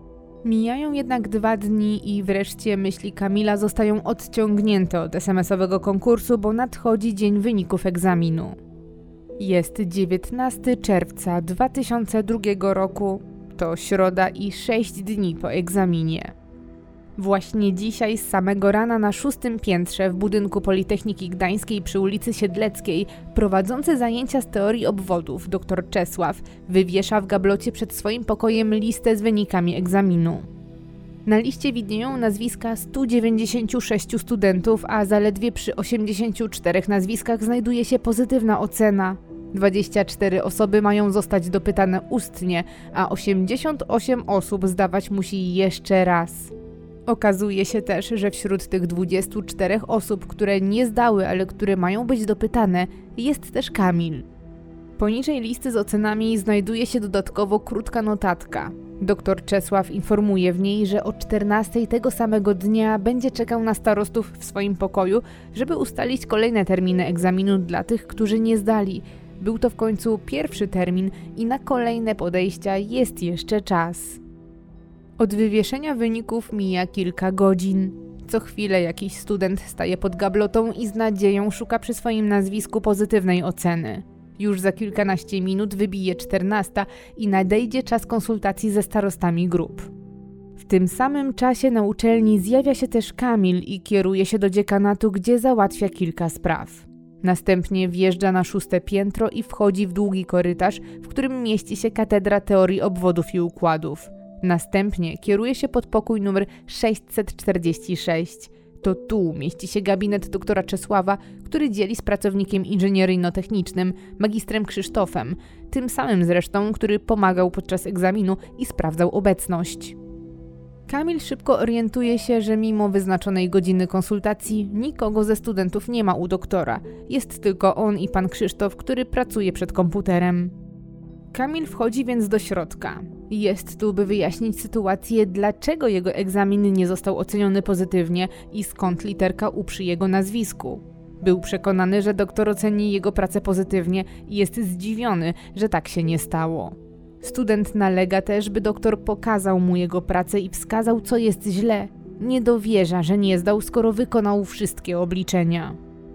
Mijają jednak 2 dni i wreszcie myśli Kamila zostają odciągnięte od SMS-owego konkursu, bo nadchodzi dzień wyników egzaminu. Jest 19 czerwca 2002 roku, to środa i 6 dni po egzaminie. Właśnie dzisiaj z samego rana na 6. piętrze w budynku Politechniki Gdańskiej przy ulicy Siedleckiej prowadzący zajęcia z teorii obwodów dr Czesław wywiesza w gablocie przed swoim pokojem listę z wynikami egzaminu. Na liście widnieją nazwiska 196 studentów, a zaledwie przy 84 nazwiskach znajduje się pozytywna ocena. 24 osoby mają zostać dopytane ustnie, a 88 osób zdawać musi jeszcze raz. Okazuje się też, że wśród tych 24 osób, które nie zdały, ale które mają być dopytane, jest też Kamil. Poniżej listy z ocenami znajduje się dodatkowo krótka notatka. Dr Czesław informuje w niej, że o 14 tego samego dnia będzie czekał na starostów w swoim pokoju, żeby ustalić kolejne terminy egzaminu dla tych, którzy nie zdali. Był to w końcu pierwszy termin i na kolejne podejścia jest jeszcze czas. Od wywieszenia wyników mija kilka godzin. Co chwilę jakiś student staje pod gablotą i z nadzieją szuka przy swoim nazwisku pozytywnej oceny. Już za kilkanaście minut wybije 14 i nadejdzie czas konsultacji ze starostami grup. W tym samym czasie na uczelni zjawia się też Kamil i kieruje się do dziekanatu, gdzie załatwia kilka spraw. Następnie wjeżdża na 6. piętro i wchodzi w długi korytarz, w którym mieści się katedra teorii obwodów i układów. Następnie kieruje się pod pokój numer 646. To tu mieści się gabinet doktora Czesława, który dzieli z pracownikiem inżynieryjno-technicznym, magistrem Krzysztofem, tym samym zresztą, który pomagał podczas egzaminu i sprawdzał obecność. Kamil szybko orientuje się, że mimo wyznaczonej godziny konsultacji nikogo ze studentów nie ma u doktora. Jest tylko on i pan Krzysztof, który pracuje przed komputerem. Kamil wchodzi więc do środka. Jest tu, by wyjaśnić sytuację, dlaczego jego egzamin nie został oceniony pozytywnie i skąd literka U przy jego nazwisku. Był przekonany, że doktor oceni jego pracę pozytywnie i jest zdziwiony, że tak się nie stało. Student nalega też, by doktor pokazał mu jego pracę i wskazał, co jest źle. Nie dowierza, że nie zdał, skoro wykonał wszystkie obliczenia.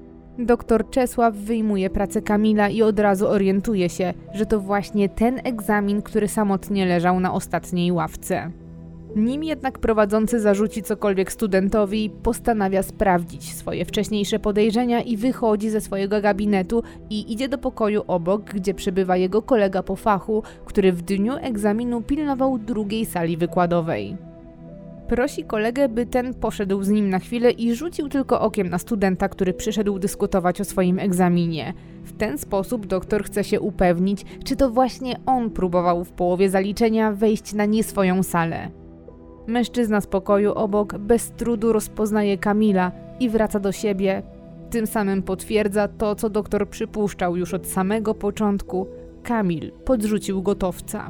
Doktor Czesław wyjmuje pracę Kamila i od razu orientuje się, że to właśnie ten egzamin, który samotnie leżał na ostatniej ławce. Nim jednak prowadzący zarzuci cokolwiek studentowi, postanawia sprawdzić swoje wcześniejsze podejrzenia i wychodzi ze swojego gabinetu i idzie do pokoju obok, gdzie przebywa jego kolega po fachu, który w dniu egzaminu pilnował drugiej sali wykładowej. Prosi kolegę, by ten poszedł z nim na chwilę i rzucił tylko okiem na studenta, który przyszedł dyskutować o swoim egzaminie. W ten sposób doktor chce się upewnić, czy to właśnie on próbował w połowie zaliczenia wejść na nie swoją salę. Mężczyzna z pokoju obok bez trudu rozpoznaje Kamila i wraca do siebie. Tym samym potwierdza to, co doktor przypuszczał już od samego początku. Kamil podrzucił gotowca.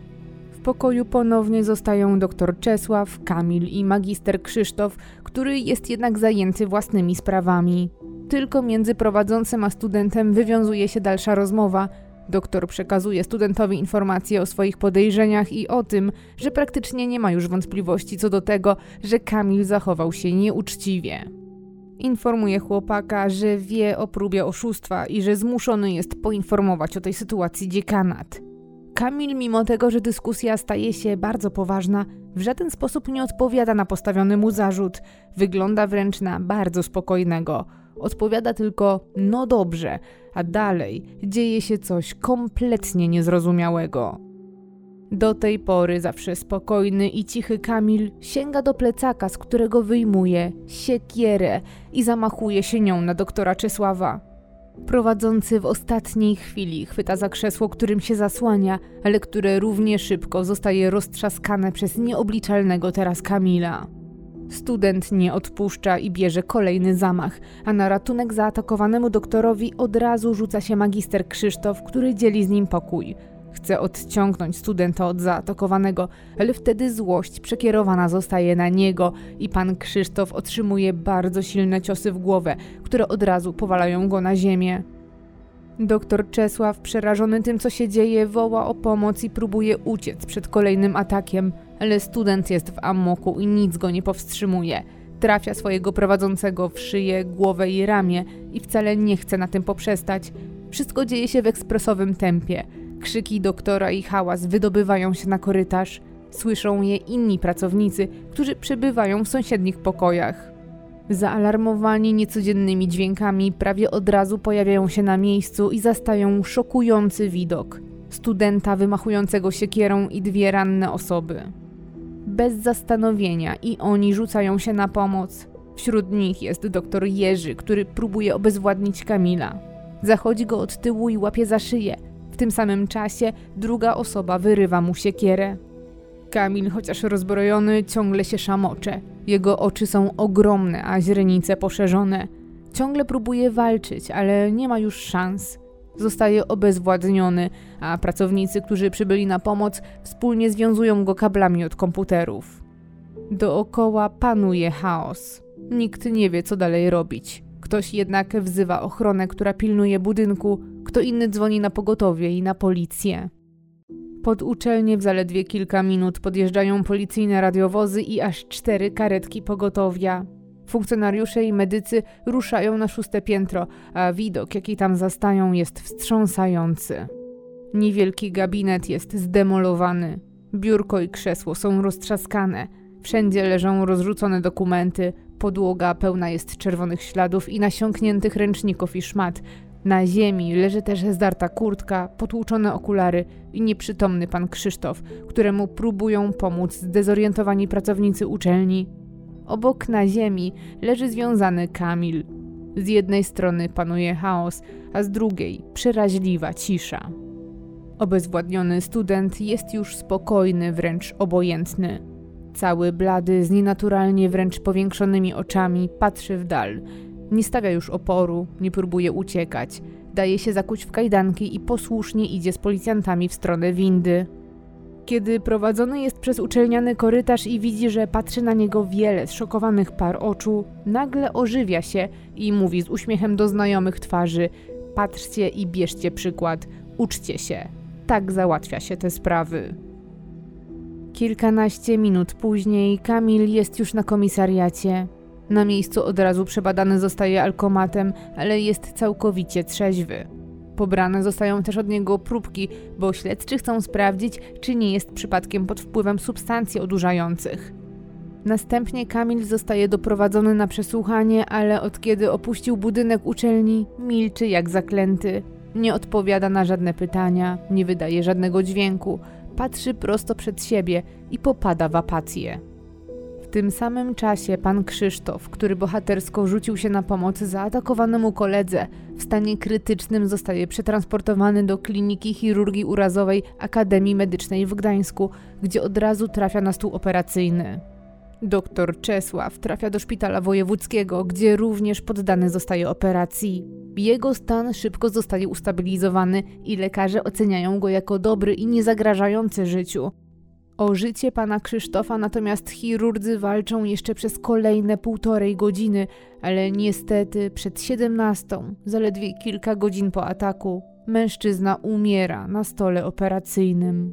W pokoju ponownie zostają doktor Czesław, Kamil i magister Krzysztof, który jest jednak zajęty własnymi sprawami. Tylko między prowadzącym a studentem wywiązuje się dalsza rozmowa. Doktor przekazuje studentowi informacje o swoich podejrzeniach i o tym, że praktycznie nie ma już wątpliwości co do tego, że Kamil zachował się nieuczciwie. Informuje chłopaka, że wie o próbie oszustwa i że zmuszony jest poinformować o tej sytuacji dziekanat. Kamil, mimo tego, że dyskusja staje się bardzo poważna, w żaden sposób nie odpowiada na postawiony mu zarzut. Wygląda wręcz na bardzo spokojnego. Odpowiada tylko no dobrze, a dalej dzieje się coś kompletnie niezrozumiałego. Do tej pory zawsze spokojny i cichy Kamil sięga do plecaka, z którego wyjmuje siekierę i zamachuje się nią na doktora Czesława. Prowadzący w ostatniej chwili chwyta za krzesło, którym się zasłania, ale które równie szybko zostaje roztrzaskane przez nieobliczalnego teraz Kamila. Student nie odpuszcza i bierze kolejny zamach, a na ratunek zaatakowanemu doktorowi od razu rzuca się magister Krzysztof, który dzieli z nim pokój. Chce odciągnąć studenta od zaatakowanego, ale wtedy złość przekierowana zostaje na niego i pan Krzysztof otrzymuje bardzo silne ciosy w głowę, które od razu powalają go na ziemię. Doktor Czesław, przerażony tym, co się dzieje, woła o pomoc i próbuje uciec przed kolejnym atakiem, ale student jest w amoku i nic go nie powstrzymuje. Trafia swojego prowadzącego w szyję, głowę i ramię i wcale nie chce na tym poprzestać. Wszystko dzieje się w ekspresowym tempie. Krzyki doktora i hałas wydobywają się na korytarz. Słyszą je inni pracownicy, którzy przebywają w sąsiednich pokojach. Zaalarmowani niecodziennymi dźwiękami, prawie od razu pojawiają się na miejscu i zastają szokujący widok. Studenta wymachującego siekierą i 2 ranne osoby. Bez zastanowienia i oni rzucają się na pomoc. Wśród nich jest doktor Jerzy, który próbuje obezwładnić Kamila. Zachodzi go od tyłu i łapie za szyję. W tym samym czasie druga osoba wyrywa mu siekierę. Kamil, chociaż rozbrojony, ciągle się szamocze. Jego oczy są ogromne, a źrenice poszerzone. Ciągle próbuje walczyć, ale nie ma już szans. Zostaje obezwładniony, a pracownicy, którzy przybyli na pomoc, wspólnie związują go kablami od komputerów. Dookoła panuje chaos. Nikt nie wie, co dalej robić. Ktoś jednak wzywa ochronę, która pilnuje budynku, kto inny dzwoni na pogotowie i na policję. Pod uczelnię w zaledwie kilka minut podjeżdżają policyjne radiowozy i aż 4 karetki pogotowia. Funkcjonariusze i medycy ruszają na 6. piętro, a widok, jaki tam zastają, jest wstrząsający. Niewielki gabinet jest zdemolowany. Biurko i krzesło są roztrzaskane. Wszędzie leżą rozrzucone dokumenty. Podłoga pełna jest czerwonych śladów i nasiąkniętych ręczników i szmat. Na ziemi leży też zdarta kurtka, potłuczone okulary i nieprzytomny pan Krzysztof, któremu próbują pomóc zdezorientowani pracownicy uczelni. Obok na ziemi leży związany Kamil. Z jednej strony panuje chaos, a z drugiej przeraźliwa cisza. Obezwładniony student jest już spokojny, wręcz obojętny. Cały blady, z nienaturalnie wręcz powiększonymi oczami, patrzy w dal. Nie stawia już oporu, nie próbuje uciekać. Daje się zakuć w kajdanki i posłusznie idzie z policjantami w stronę windy. Kiedy prowadzony jest przez uczelniany korytarz i widzi, że patrzy na niego wiele zszokowanych par oczu, nagle ożywia się i mówi z uśmiechem do znajomych twarzy: patrzcie i bierzcie przykład, uczcie się. Tak załatwia się te sprawy. Kilkanaście minut później Kamil jest już na komisariacie. Na miejscu od razu przebadany zostaje alkomatem, ale jest całkowicie trzeźwy. Pobrane zostają też od niego próbki, bo śledczy chcą sprawdzić, czy nie jest przypadkiem pod wpływem substancji odurzających. Następnie Kamil zostaje doprowadzony na przesłuchanie, ale od kiedy opuścił budynek uczelni, milczy jak zaklęty. Nie odpowiada na żadne pytania, nie wydaje żadnego dźwięku, patrzy prosto przed siebie i popada w apatię. W tym samym czasie pan Krzysztof, który bohatersko rzucił się na pomoc zaatakowanemu koledze, w stanie krytycznym zostaje przetransportowany do Kliniki Chirurgii Urazowej Akademii Medycznej w Gdańsku, gdzie od razu trafia na stół operacyjny. Doktor Czesław trafia do szpitala wojewódzkiego, gdzie również poddany zostaje operacji. Jego stan szybko zostaje ustabilizowany i lekarze oceniają go jako dobry i niezagrażający życiu. O życie pana Krzysztofa natomiast chirurdzy walczą jeszcze przez kolejne 1,5 godziny, ale niestety przed 17, zaledwie kilka godzin po ataku, mężczyzna umiera na stole operacyjnym.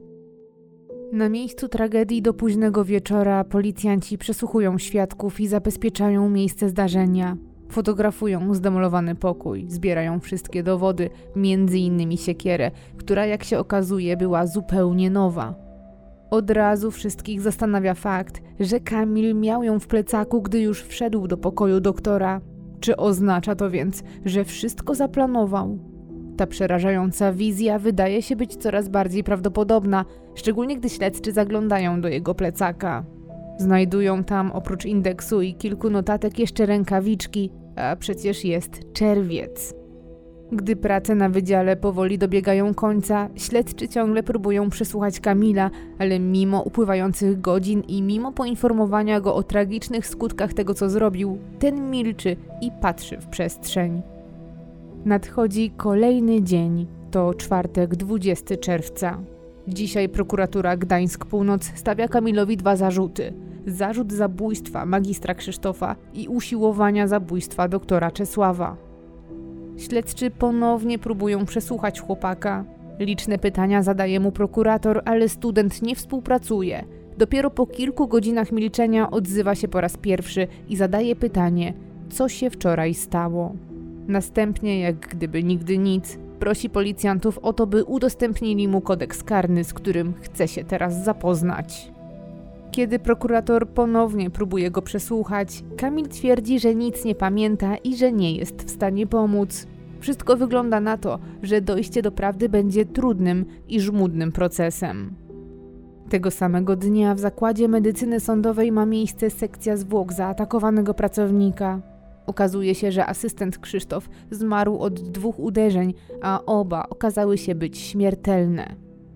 Na miejscu tragedii do późnego wieczora policjanci przesłuchują świadków i zabezpieczają miejsce zdarzenia. Fotografują zdemolowany pokój, zbierają wszystkie dowody, m.in. siekierę, która jak się okazuje była zupełnie nowa. Od razu wszystkich zastanawia fakt, że Kamil miał ją w plecaku, gdy już wszedł do pokoju doktora. Czy oznacza to więc, że wszystko zaplanował? Ta przerażająca wizja wydaje się być coraz bardziej prawdopodobna, szczególnie gdy śledczy zaglądają do jego plecaka. Znajdują tam oprócz indeksu i kilku notatek jeszcze rękawiczki, a przecież jest czerwiec. Gdy prace na wydziale powoli dobiegają końca, śledczy ciągle próbują przesłuchać Kamila, ale mimo upływających godzin i mimo poinformowania go o tragicznych skutkach tego, co zrobił, ten milczy i patrzy w przestrzeń. Nadchodzi kolejny dzień, to czwartek 20 czerwca. Dzisiaj prokuratura Gdańsk Północ stawia Kamilowi 2 zarzuty. Zarzut zabójstwa magistra Krzysztofa i usiłowania zabójstwa doktora Czesława. Śledczy ponownie próbują przesłuchać chłopaka. Liczne pytania zadaje mu prokurator, ale student nie współpracuje. Dopiero po kilku godzinach milczenia odzywa się po raz pierwszy i zadaje pytanie, co się wczoraj stało. Następnie, jak gdyby nigdy nic, prosi policjantów o to, by udostępnili mu kodeks karny, z którym chce się teraz zapoznać. Kiedy prokurator ponownie próbuje go przesłuchać, Kamil twierdzi, że nic nie pamięta i że nie jest w stanie pomóc. Wszystko wygląda na to, że dojście do prawdy będzie trudnym i żmudnym procesem. Tego samego dnia w Zakładzie Medycyny Sądowej ma miejsce sekcja zwłok zaatakowanego pracownika. Okazuje się, że asystent Krzysztof zmarł od 2 uderzeń, a oba okazały się być śmiertelne.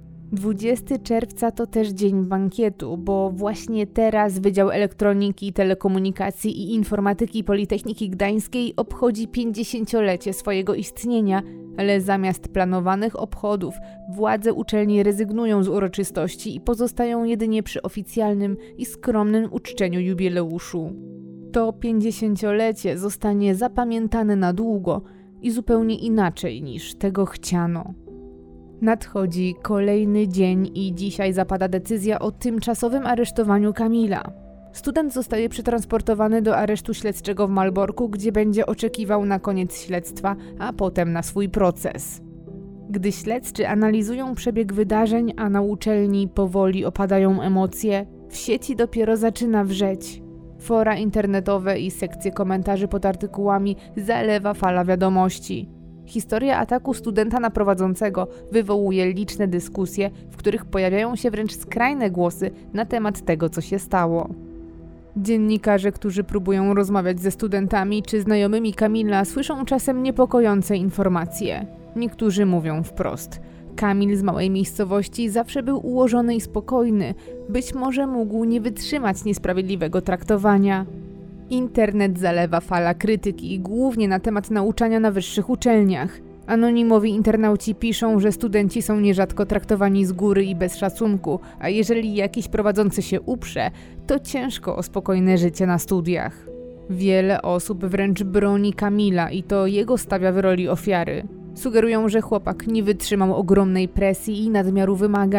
20 czerwca to też dzień bankietu, bo właśnie teraz Wydział Elektroniki, Telekomunikacji i Informatyki Politechniki Gdańskiej obchodzi 50-lecie swojego istnienia, ale zamiast planowanych obchodów władze uczelni rezygnują z uroczystości i pozostają jedynie przy oficjalnym i skromnym uczczeniu jubileuszu. To 50-lecie zostanie zapamiętane na długo i zupełnie inaczej niż tego chciano. Nadchodzi kolejny dzień i dzisiaj zapada decyzja o tymczasowym aresztowaniu Kamila. Student zostaje przetransportowany do aresztu śledczego w Malborku, gdzie będzie oczekiwał na koniec śledztwa, a potem na swój proces. Gdy śledczy analizują przebieg wydarzeń, a na uczelni powoli opadają emocje, w sieci dopiero zaczyna wrzeć. Fora internetowe i sekcje komentarzy pod artykułami zalewa fala wiadomości. Historia ataku studenta na prowadzącego wywołuje liczne dyskusje, w których pojawiają się wręcz skrajne głosy na temat tego, co się stało. Dziennikarze, którzy próbują rozmawiać ze studentami czy znajomymi Kamila, słyszą czasem niepokojące informacje. Niektórzy mówią wprost: Kamil z małej miejscowości zawsze był ułożony i spokojny, być może mógł nie wytrzymać niesprawiedliwego traktowania. Internet zalewa fala krytyki, głównie na temat nauczania na wyższych uczelniach. Anonimowi internauci piszą, że studenci są nierzadko traktowani z góry i bez szacunku, a jeżeli jakiś prowadzący się uprze, to ciężko o spokojne życie na studiach. Wiele osób wręcz broni Kamila i to jego stawia w roli ofiary. Sugerują, że chłopak nie wytrzymał ogromnej presji i nadmiaru wymagań.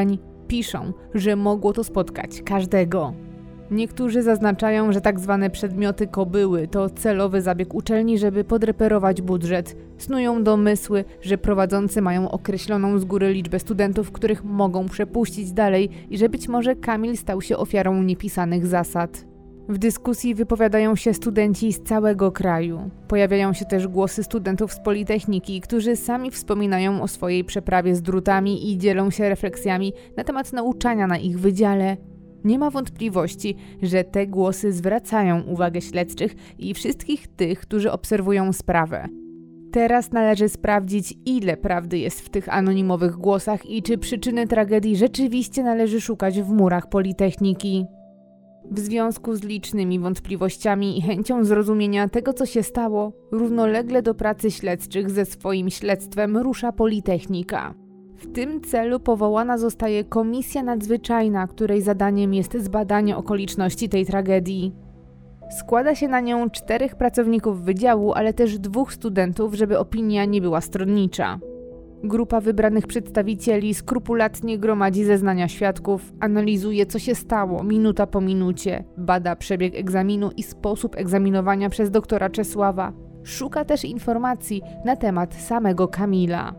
Piszą, że mogło to spotkać każdego. Niektórzy zaznaczają, że tak zwane przedmioty kobyły to celowy zabieg uczelni, żeby podreperować budżet. Snują domysły, że prowadzący mają określoną z góry liczbę studentów, których mogą przepuścić dalej i że być może Kamil stał się ofiarą niepisanych zasad. W dyskusji wypowiadają się studenci z całego kraju. Pojawiają się też głosy studentów z Politechniki, którzy sami wspominają o swojej przeprawie z drutami i dzielą się refleksjami na temat nauczania na ich wydziale. Nie ma wątpliwości, że te głosy zwracają uwagę śledczych i wszystkich tych, którzy obserwują sprawę. Teraz należy sprawdzić, ile prawdy jest w tych anonimowych głosach i czy przyczyny tragedii rzeczywiście należy szukać w murach Politechniki. W związku z licznymi wątpliwościami i chęcią zrozumienia tego, co się stało, równolegle do pracy śledczych ze swoim śledztwem rusza Politechnika. W tym celu powołana zostaje komisja nadzwyczajna, której zadaniem jest zbadanie okoliczności tej tragedii. Składa się na nią 4 pracowników wydziału, ale też 2 studentów, żeby opinia nie była stronnicza. Grupa wybranych przedstawicieli skrupulatnie gromadzi zeznania świadków, analizuje, co się stało minuta po minucie, bada przebieg egzaminu i sposób egzaminowania przez doktora Czesława. Szuka też informacji na temat samego Kamila.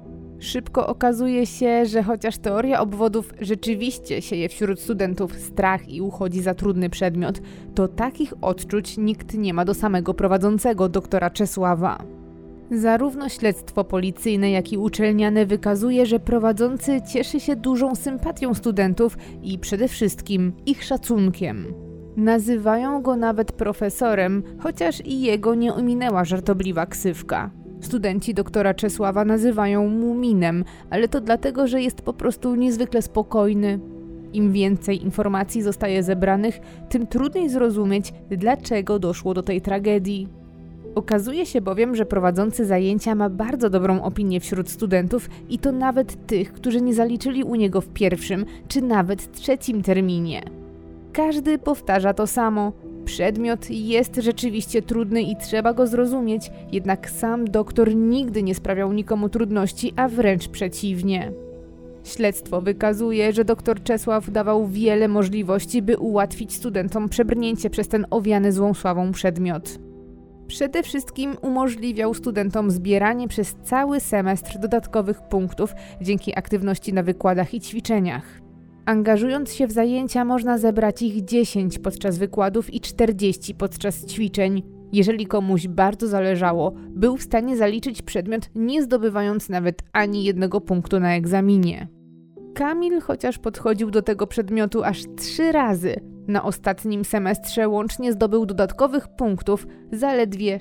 Szybko okazuje się, że chociaż teoria obwodów rzeczywiście sieje wśród studentów strach i uchodzi za trudny przedmiot, to takich odczuć nikt nie ma do samego prowadzącego doktora Czesława. Zarówno śledztwo policyjne, jak i uczelniane wykazuje, że prowadzący cieszy się dużą sympatią studentów i przede wszystkim ich szacunkiem. Nazywają go nawet profesorem, chociaż i jego nie ominęła żartobliwa ksywka. Studenci doktora Czesława nazywają Muminem, ale to dlatego, że jest po prostu niezwykle spokojny. Im więcej informacji zostaje zebranych, tym trudniej zrozumieć, dlaczego doszło do tej tragedii. Okazuje się bowiem, że prowadzący zajęcia ma bardzo dobrą opinię wśród studentów i to nawet tych, którzy nie zaliczyli u niego w 1. czy nawet 3. terminie. Każdy powtarza to samo. Przedmiot jest rzeczywiście trudny i trzeba go zrozumieć, jednak sam doktor nigdy nie sprawiał nikomu trudności, a wręcz przeciwnie. Śledztwo wykazuje, że dr Czesław dawał wiele możliwości, by ułatwić studentom przebrnięcie przez ten owiany złą sławą przedmiot. Przede wszystkim umożliwiał studentom zbieranie przez cały semestr dodatkowych punktów dzięki aktywności na wykładach i ćwiczeniach. Angażując się w zajęcia można zebrać ich 10 podczas wykładów i 40 podczas ćwiczeń. Jeżeli komuś bardzo zależało, był w stanie zaliczyć przedmiot, nie zdobywając nawet ani 1 punktu na egzaminie. Kamil chociaż podchodził do tego przedmiotu aż 3 razy, na ostatnim semestrze łącznie zdobył dodatkowych punktów zaledwie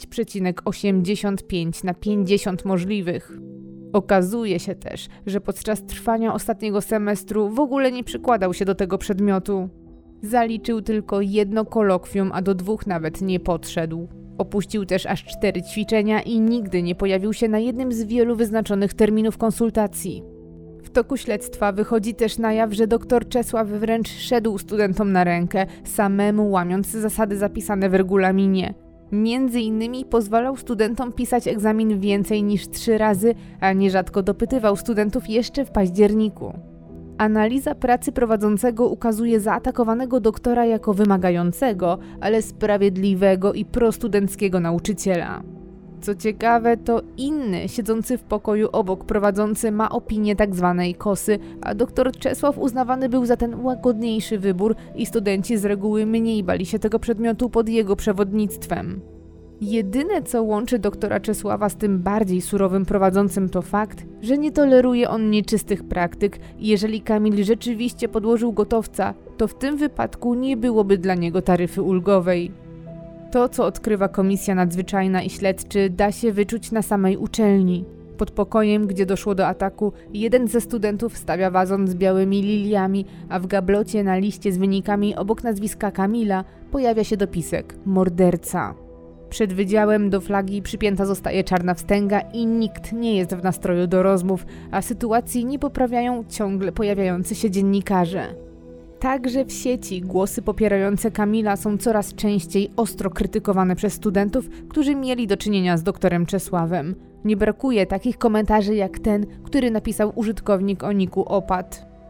6,85 na 50 możliwych. Okazuje się też, że podczas trwania ostatniego semestru w ogóle nie przykładał się do tego przedmiotu. Zaliczył tylko 1 kolokwium, a do 2 nawet nie podszedł. Opuścił też aż 4 ćwiczenia i nigdy nie pojawił się na jednym z wielu wyznaczonych terminów konsultacji. W toku śledztwa wychodzi też na jaw, że dr Czesław wręcz szedł studentom na rękę, samemu łamiąc zasady zapisane w regulaminie. Między innymi pozwalał studentom pisać egzamin więcej niż 3 razy, a nierzadko dopytywał studentów jeszcze w październiku. Analiza pracy prowadzącego ukazuje zaatakowanego doktora jako wymagającego, ale sprawiedliwego i prostudenckiego nauczyciela. Co ciekawe, to inny, siedzący w pokoju obok prowadzący ma opinię tak zwanej kosy, a dr Czesław uznawany był za ten łagodniejszy wybór i studenci z reguły mniej bali się tego przedmiotu pod jego przewodnictwem. Jedyne, co łączy doktora Czesława z tym bardziej surowym prowadzącym, to fakt, że nie toleruje on nieczystych praktyk i jeżeli Kamil rzeczywiście podłożył gotowca, to w tym wypadku nie byłoby dla niego taryfy ulgowej. To, co odkrywa komisja nadzwyczajna i śledczy, da się wyczuć na samej uczelni. Pod pokojem, gdzie doszło do ataku, jeden ze studentów stawia wazon z białymi liliami, a w gablocie na liście z wynikami obok nazwiska Kamila pojawia się dopisek morderca. Przed wydziałem do flagi przypięta zostaje czarna wstęga i nikt nie jest w nastroju do rozmów, a sytuacji nie poprawiają ciągle pojawiający się dziennikarze. Także w sieci głosy popierające Kamila są coraz częściej ostro krytykowane przez studentów, którzy mieli do czynienia z doktorem Czesławem. Nie brakuje takich komentarzy jak ten, który napisał użytkownik o niku Opad.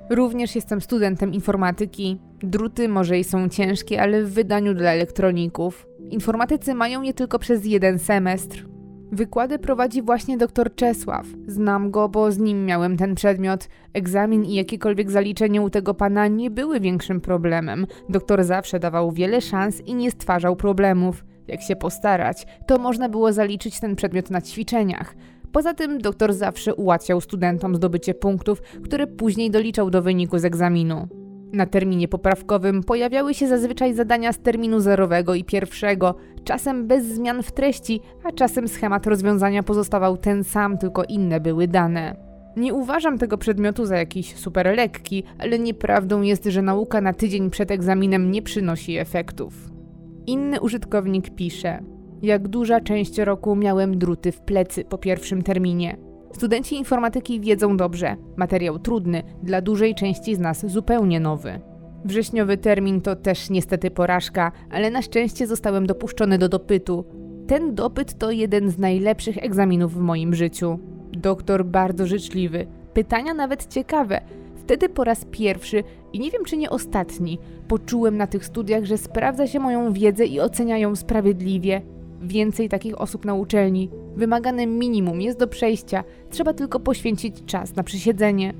Również jestem studentem informatyki. Druty może i są ciężkie, ale w wydaniu dla elektroników. Informatycy mają je tylko przez 1 semestr. Wykłady prowadzi właśnie dr Czesław. Znam go, bo z nim miałem ten przedmiot. Egzamin i jakiekolwiek zaliczenie u tego pana nie były większym problemem. Doktor zawsze dawał wiele szans i nie stwarzał problemów. Jak się postarać, to można było zaliczyć ten przedmiot na ćwiczeniach. Poza tym doktor zawsze ułatwiał studentom zdobycie punktów, które później doliczał do wyniku z egzaminu. Na terminie poprawkowym pojawiały się zazwyczaj zadania z terminu 0 i 1, czasem bez zmian w treści, a czasem schemat rozwiązania pozostawał ten sam, tylko inne były dane. Nie uważam tego przedmiotu za jakiś super lekki, ale nieprawdą jest, że nauka na tydzień przed egzaminem nie przynosi efektów. Inny użytkownik pisze: jak duża część roku miałem druty w plecy po pierwszym terminie. Studenci informatyki wiedzą dobrze, materiał trudny, dla dużej części z nas zupełnie nowy. Wrześniowy termin to też niestety porażka, ale na szczęście zostałem dopuszczony do dopytu. Ten dopyt to jeden z najlepszych egzaminów w moim życiu. Doktor bardzo życzliwy, pytania nawet ciekawe. Wtedy po raz pierwszy, i nie wiem czy nie ostatni, poczułem na tych studiach, że sprawdza się moją wiedzę i oceniają sprawiedliwie. Więcej takich osób na uczelni. Wymagane minimum jest do przejścia, trzeba tylko poświęcić czas na przysiedzenie.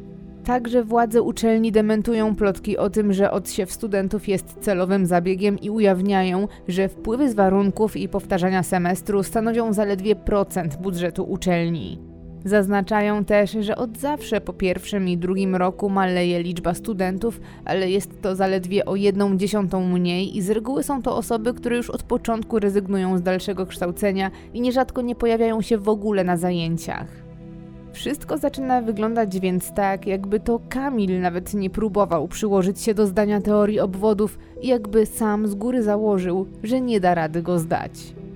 Także władze uczelni dementują plotki o tym, że odsiew studentów jest celowym zabiegiem i ujawniają, że wpływy z warunków i powtarzania semestru stanowią zaledwie procent budżetu uczelni. Zaznaczają też, że od zawsze po pierwszym i drugim roku maleje liczba studentów, ale jest to zaledwie o 1/10 mniej i z reguły są to osoby, które już od początku rezygnują z dalszego kształcenia i nierzadko nie pojawiają się w ogóle na zajęciach. Wszystko zaczyna wyglądać więc tak, jakby to Kamil nawet nie próbował przyłożyć się do zdania teorii obwodów i jakby sam z góry założył, że nie da rady go zdać.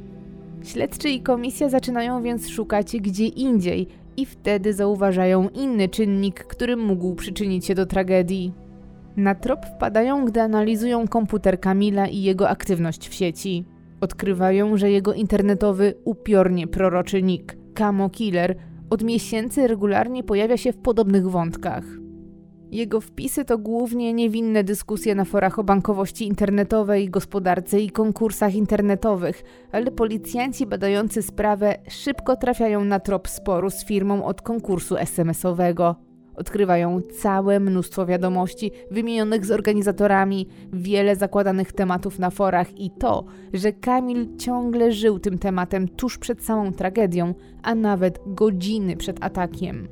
Śledczy i komisja zaczynają więc szukać gdzie indziej i wtedy zauważają inny czynnik, który mógł przyczynić się do tragedii. Na trop wpadają, gdy analizują komputer Kamila i jego aktywność w sieci. Odkrywają, że jego internetowy, upiornie proroczy nick, Camo Killer, od miesięcy regularnie pojawia się w podobnych wątkach. Jego wpisy to głównie niewinne dyskusje na forach o bankowości internetowej, gospodarce i konkursach internetowych, ale policjanci badający sprawę szybko trafiają na trop sporu z firmą od konkursu SMS-owego. Odkrywają całe mnóstwo wiadomości wymienionych z organizatorami, wiele zakładanych tematów na forach i to, że Kamil ciągle żył tym tematem tuż przed samą tragedią, a nawet godziny przed atakiem.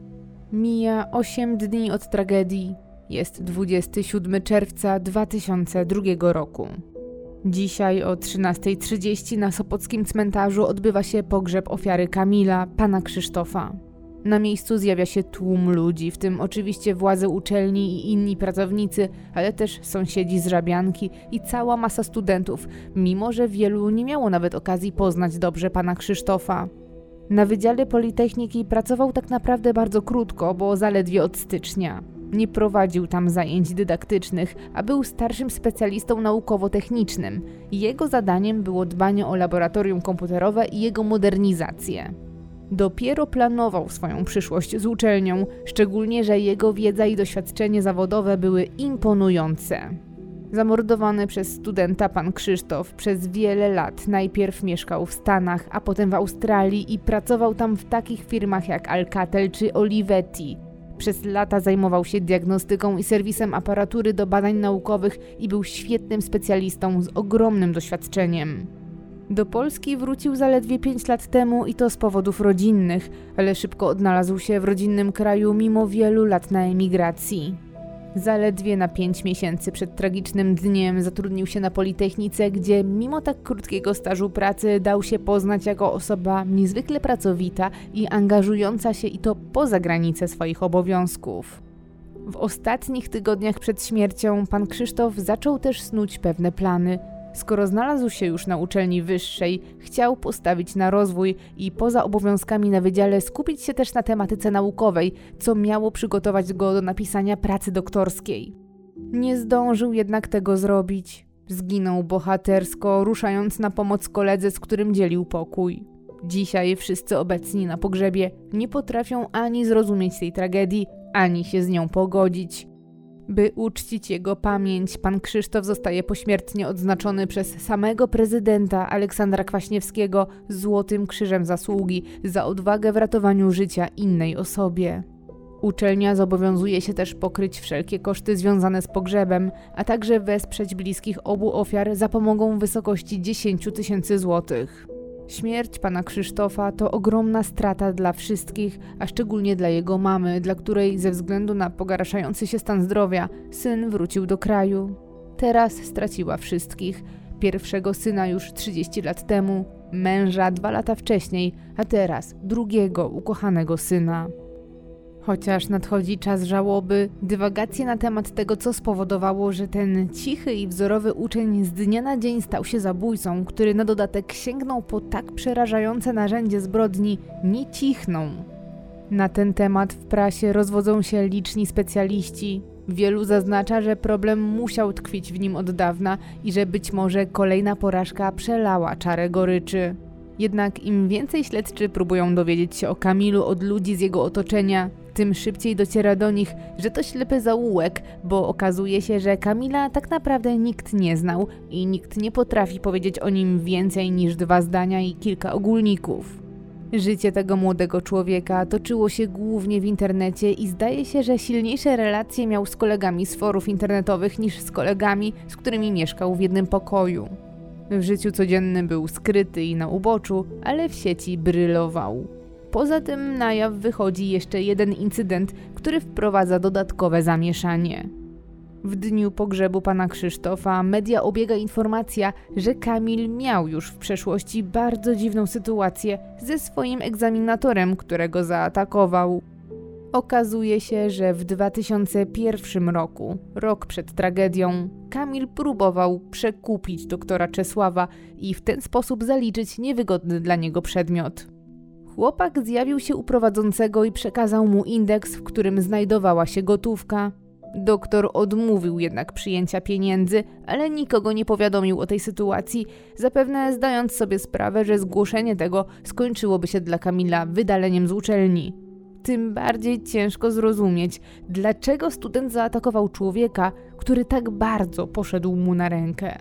Mija 8 dni od tragedii. Jest 27 czerwca 2002 roku. Dzisiaj o 13:30 na sopockim cmentarzu odbywa się pogrzeb ofiary Kamila, pana Krzysztofa. Na miejscu zjawia się tłum ludzi, w tym oczywiście władze uczelni i inni pracownicy, ale też sąsiedzi z Żabianki i cała masa studentów, mimo że wielu nie miało nawet okazji poznać dobrze pana Krzysztofa. Na Wydziale Politechniki pracował tak naprawdę bardzo krótko, bo zaledwie od stycznia. Nie prowadził tam zajęć dydaktycznych, a był starszym specjalistą naukowo-technicznym. Jego zadaniem było dbanie o laboratorium komputerowe i jego modernizację. Dopiero planował swoją przyszłość z uczelnią, szczególnie, że jego wiedza i doświadczenie zawodowe były imponujące. Zamordowany przez studenta pan Krzysztof przez wiele lat najpierw mieszkał w Stanach, a potem w Australii i pracował tam w takich firmach jak Alcatel czy Olivetti. Przez lata zajmował się diagnostyką i serwisem aparatury do badań naukowych i był świetnym specjalistą z ogromnym doświadczeniem. Do Polski wrócił zaledwie 5 lat temu i to z powodów rodzinnych, ale szybko odnalazł się w rodzinnym kraju mimo wielu lat na emigracji. Zaledwie na 5 miesięcy przed tragicznym dniem zatrudnił się na Politechnice, gdzie mimo tak krótkiego stażu pracy dał się poznać jako osoba niezwykle pracowita i angażująca się i to poza granice swoich obowiązków. W ostatnich tygodniach przed śmiercią pan Krzysztof zaczął też snuć pewne plany. Skoro znalazł się już na uczelni wyższej, chciał postawić na rozwój i poza obowiązkami na wydziale skupić się też na tematyce naukowej, co miało przygotować go do napisania pracy doktorskiej. Nie zdążył jednak tego zrobić. Zginął bohatersko, ruszając na pomoc koledze, z którym dzielił pokój. Dzisiaj wszyscy obecni na pogrzebie nie potrafią ani zrozumieć tej tragedii, ani się z nią pogodzić. By uczcić jego pamięć, pan Krzysztof zostaje pośmiertnie odznaczony przez samego prezydenta Aleksandra Kwaśniewskiego Złotym Krzyżem Zasługi za odwagę w ratowaniu życia innej osobie. Uczelnia zobowiązuje się też pokryć wszelkie koszty związane z pogrzebem, a także wesprzeć bliskich obu ofiar zapomogą w wysokości 10 000 złotych. Śmierć pana Krzysztofa to ogromna strata dla wszystkich, a szczególnie dla jego mamy, dla której ze względu na pogarszający się stan zdrowia syn wrócił do kraju. Teraz straciła wszystkich. Pierwszego syna już 30 lat temu, męża 2 lata wcześniej, a teraz drugiego ukochanego syna. Chociaż nadchodzi czas żałoby, dywagacje na temat tego, co spowodowało, że ten cichy i wzorowy uczeń z dnia na dzień stał się zabójcą, który na dodatek sięgnął po tak przerażające narzędzie zbrodni, nie cichną. Na ten temat w prasie rozwodzą się liczni specjaliści. Wielu zaznacza, że problem musiał tkwić w nim od dawna i że być może kolejna porażka przelała czarę goryczy. Jednak im więcej śledczy próbują dowiedzieć się o Kamilu od ludzi z jego otoczenia, tym szybciej dociera do nich, że to ślepy zaułek, bo okazuje się, że Kamila tak naprawdę nikt nie znał i nikt nie potrafi powiedzieć o nim więcej niż 2 zdania i kilka ogólników. Życie tego młodego człowieka toczyło się głównie w internecie i zdaje się, że silniejsze relacje miał z kolegami z forów internetowych niż z kolegami, z którymi mieszkał w jednym pokoju. W życiu codziennym był skryty i na uboczu, ale w sieci brylował. Poza tym na jaw wychodzi jeszcze jeden incydent, który wprowadza dodatkowe zamieszanie. W dniu pogrzebu pana Krzysztofa media obiega informacja, że Kamil miał już w przeszłości bardzo dziwną sytuację ze swoim egzaminatorem, którego zaatakował. Okazuje się, że w 2001 roku, rok przed tragedią, Kamil próbował przekupić doktora Czesława i w ten sposób zaliczyć niewygodny dla niego przedmiot. Chłopak zjawił się u prowadzącego i przekazał mu indeks, w którym znajdowała się gotówka. Doktor odmówił jednak przyjęcia pieniędzy, ale nikogo nie powiadomił o tej sytuacji, zapewne zdając sobie sprawę, że zgłoszenie tego skończyłoby się dla Kamila wydaleniem z uczelni. Tym bardziej ciężko zrozumieć, dlaczego student zaatakował człowieka, który tak bardzo poszedł mu na rękę.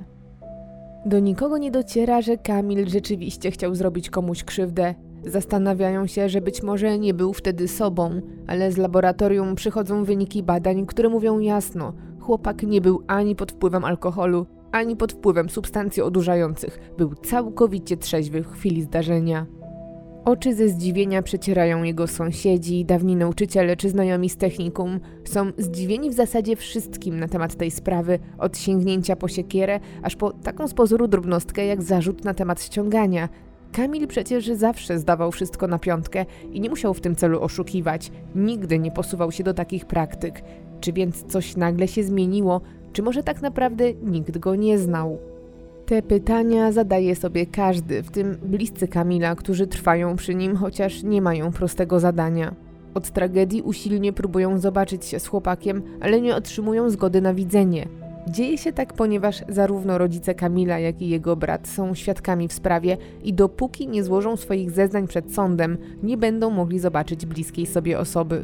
Do nikogo nie dociera, że Kamil rzeczywiście chciał zrobić komuś krzywdę. Zastanawiają się, że być może nie był wtedy sobą, ale z laboratorium przychodzą wyniki badań, które mówią jasno: chłopak nie był ani pod wpływem alkoholu, ani pod wpływem substancji odurzających. Był całkowicie trzeźwy w chwili zdarzenia. Oczy ze zdziwienia przecierają jego sąsiedzi, dawni nauczyciele czy znajomi z technikum. Są zdziwieni w zasadzie wszystkim na temat tej sprawy, od sięgnięcia po siekierę, aż po taką z pozoru drobnostkę jak zarzut na temat ściągania. Kamil przecież zawsze zdawał wszystko na 5 i nie musiał w tym celu oszukiwać. Nigdy nie posuwał się do takich praktyk. Czy więc coś nagle się zmieniło? Czy może tak naprawdę nikt go nie znał? Te pytania zadaje sobie każdy, w tym bliscy Kamila, którzy trwają przy nim, chociaż nie mają prostego zadania. Od tragedii usilnie próbują zobaczyć się z chłopakiem, ale nie otrzymują zgody na widzenie. Dzieje się tak, ponieważ zarówno rodzice Kamila, jak i jego brat są świadkami w sprawie i dopóki nie złożą swoich zeznań przed sądem, nie będą mogli zobaczyć bliskiej sobie osoby.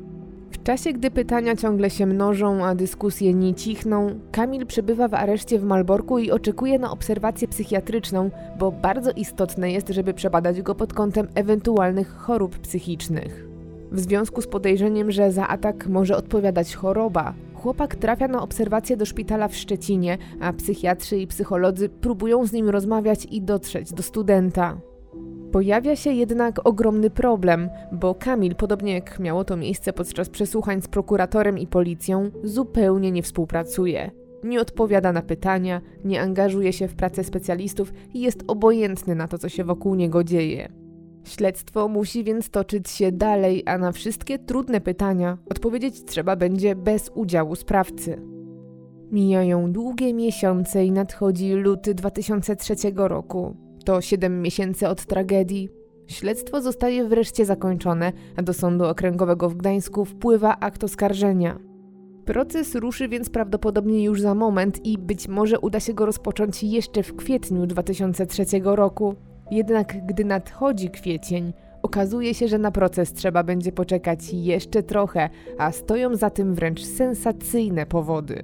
W czasie, gdy pytania ciągle się mnożą, a dyskusje nie cichną, Kamil przebywa w areszcie w Malborku i oczekuje na obserwację psychiatryczną, bo bardzo istotne jest, żeby przebadać go pod kątem ewentualnych chorób psychicznych. W związku z podejrzeniem, że za atak może odpowiadać choroba, chłopak trafia na obserwację do szpitala w Szczecinie, a psychiatrzy i psycholodzy próbują z nim rozmawiać i dotrzeć do studenta. Pojawia się jednak ogromny problem, bo Kamil, podobnie jak miało to miejsce podczas przesłuchań z prokuratorem i policją, zupełnie nie współpracuje. Nie odpowiada na pytania, nie angażuje się w pracę specjalistów i jest obojętny na to, co się wokół niego dzieje. Śledztwo musi więc toczyć się dalej, a na wszystkie trudne pytania odpowiedzieć trzeba będzie bez udziału sprawcy. Mijają długie miesiące i nadchodzi luty 2003 roku. To 7 miesięcy od tragedii. Śledztwo zostaje wreszcie zakończone, a do Sądu Okręgowego w Gdańsku wpływa akt oskarżenia. Proces ruszy więc prawdopodobnie już za moment i być może uda się go rozpocząć jeszcze w kwietniu 2003 roku. Jednak gdy nadchodzi kwiecień, okazuje się, że na proces trzeba będzie poczekać jeszcze trochę, a stoją za tym wręcz sensacyjne powody.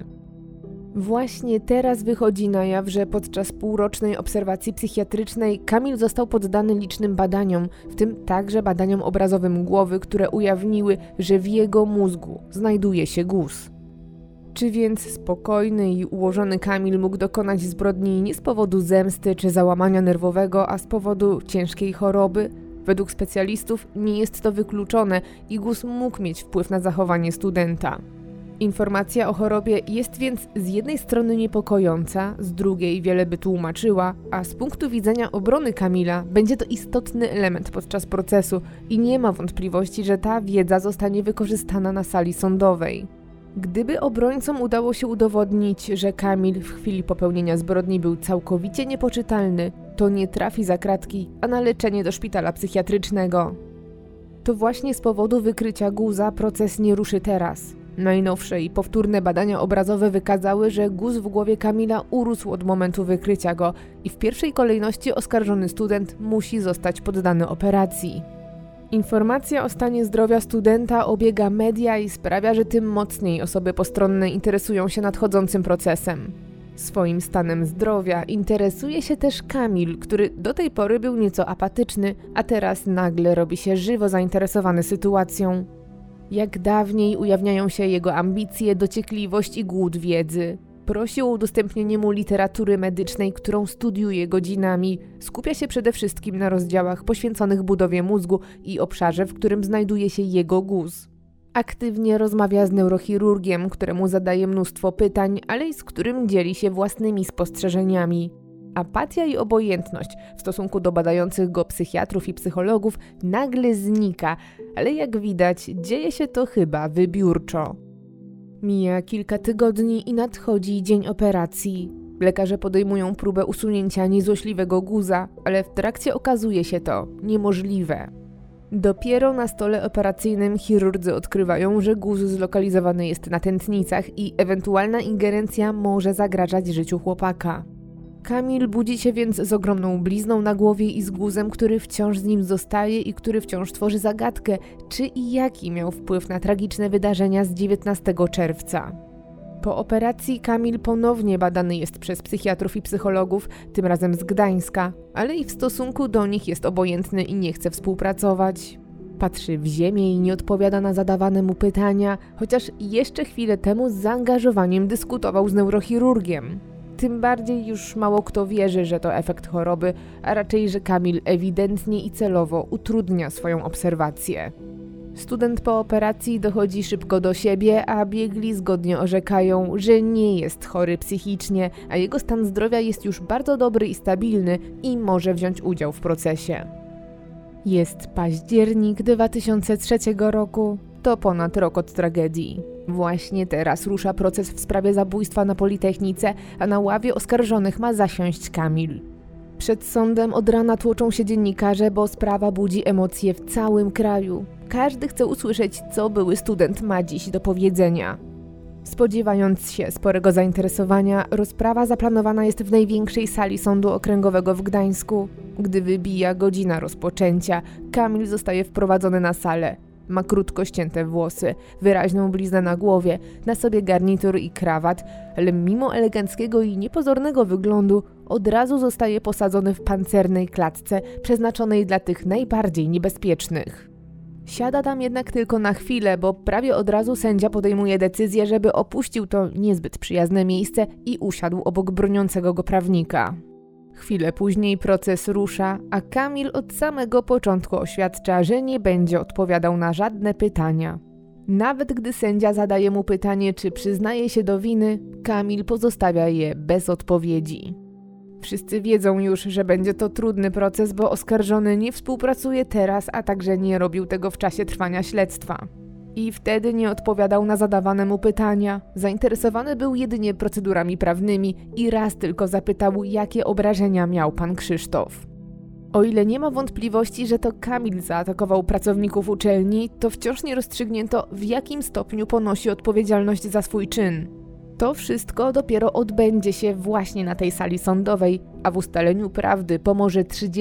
Właśnie teraz wychodzi na jaw, że podczas półrocznej obserwacji psychiatrycznej Kamil został poddany licznym badaniom, w tym także badaniom obrazowym głowy, które ujawniły, że w jego mózgu znajduje się guz. Czy więc spokojny i ułożony Kamil mógł dokonać zbrodni nie z powodu zemsty czy załamania nerwowego, a z powodu ciężkiej choroby? Według specjalistów nie jest to wykluczone i guz mógł mieć wpływ na zachowanie studenta. Informacja o chorobie jest więc z jednej strony niepokojąca, z drugiej wiele by tłumaczyła, a z punktu widzenia obrony Kamila będzie to istotny element podczas procesu i nie ma wątpliwości, że ta wiedza zostanie wykorzystana na sali sądowej. Gdyby obrońcom udało się udowodnić, że Kamil w chwili popełnienia zbrodni był całkowicie niepoczytalny, to nie trafi za kratki, a na leczenie do szpitala psychiatrycznego. To właśnie z powodu wykrycia guza proces nie ruszy teraz. Najnowsze i powtórne badania obrazowe wykazały, że guz w głowie Kamila urósł od momentu wykrycia go i w pierwszej kolejności oskarżony student musi zostać poddany operacji. Informacja o stanie zdrowia studenta obiega media i sprawia, że tym mocniej osoby postronne interesują się nadchodzącym procesem. Swoim stanem zdrowia interesuje się też Kamil, który do tej pory był nieco apatyczny, a teraz nagle robi się żywo zainteresowany sytuacją. Jak dawniej ujawniają się jego ambicje, dociekliwość i głód wiedzy. Prosi o udostępnienie mu literatury medycznej, którą studiuje godzinami. Skupia się przede wszystkim na rozdziałach poświęconych budowie mózgu i obszarze, w którym znajduje się jego guz. Aktywnie rozmawia z neurochirurgiem, któremu zadaje mnóstwo pytań, ale i z którym dzieli się własnymi spostrzeżeniami. Apatia i obojętność w stosunku do badających go psychiatrów i psychologów nagle znika, ale jak widać, dzieje się to chyba wybiórczo. Mija kilka tygodni i nadchodzi dzień operacji. Lekarze podejmują próbę usunięcia niezłośliwego guza, ale w trakcie okazuje się to niemożliwe. Dopiero na stole operacyjnym chirurdzy odkrywają, że guz zlokalizowany jest na tętnicach i ewentualna ingerencja może zagrażać życiu chłopaka. Kamil budzi się więc z ogromną blizną na głowie i z guzem, który wciąż z nim zostaje i który wciąż tworzy zagadkę, czy i jaki miał wpływ na tragiczne wydarzenia z 19 czerwca. Po operacji Kamil ponownie badany jest przez psychiatrów i psychologów, tym razem z Gdańska, ale i w stosunku do nich jest obojętny i nie chce współpracować. Patrzy w ziemię i nie odpowiada na zadawane mu pytania, chociaż jeszcze chwilę temu z zaangażowaniem dyskutował z neurochirurgiem. Tym bardziej już mało kto wierzy, że to efekt choroby, a raczej, że Kamil ewidentnie i celowo utrudnia swoją obserwację. Student po operacji dochodzi szybko do siebie, a biegli zgodnie orzekają, że nie jest chory psychicznie, a jego stan zdrowia jest już bardzo dobry i stabilny i może wziąć udział w procesie. Jest październik 2003 roku, to ponad rok od tragedii. Właśnie teraz rusza proces w sprawie zabójstwa na Politechnice, a na ławie oskarżonych ma zasiąść Kamil. Przed sądem od rana tłoczą się dziennikarze, bo sprawa budzi emocje w całym kraju. Każdy chce usłyszeć, co były student ma dziś do powiedzenia. Spodziewając się sporego zainteresowania, rozprawa zaplanowana jest w największej sali Sądu Okręgowego w Gdańsku. Gdy wybija godzina rozpoczęcia, Kamil zostaje wprowadzony na salę. Ma krótko ścięte włosy, wyraźną bliznę na głowie, na sobie garnitur i krawat, ale mimo eleganckiego i niepozornego wyglądu od razu zostaje posadzony w pancernej klatce przeznaczonej dla tych najbardziej niebezpiecznych. Siada tam jednak tylko na chwilę, bo prawie od razu sędzia podejmuje decyzję, żeby opuścił to niezbyt przyjazne miejsce i usiadł obok broniącego go prawnika. Chwilę później proces rusza, a Kamil od samego początku oświadcza, że nie będzie odpowiadał na żadne pytania. Nawet gdy sędzia zadaje mu pytanie, czy przyznaje się do winy, Kamil pozostawia je bez odpowiedzi. Wszyscy wiedzą już, że będzie to trudny proces, bo oskarżony nie współpracuje teraz, a także nie robił tego w czasie trwania śledztwa. I wtedy nie odpowiadał na zadawane mu pytania. Zainteresowany był jedynie procedurami prawnymi i raz tylko zapytał, jakie obrażenia miał pan Krzysztof. O ile nie ma wątpliwości, że to Kamil zaatakował pracowników uczelni, to wciąż nie rozstrzygnięto, w jakim stopniu ponosi odpowiedzialność za swój czyn. To wszystko dopiero odbędzie się właśnie na tej sali sądowej, a w ustaleniu prawdy pomoże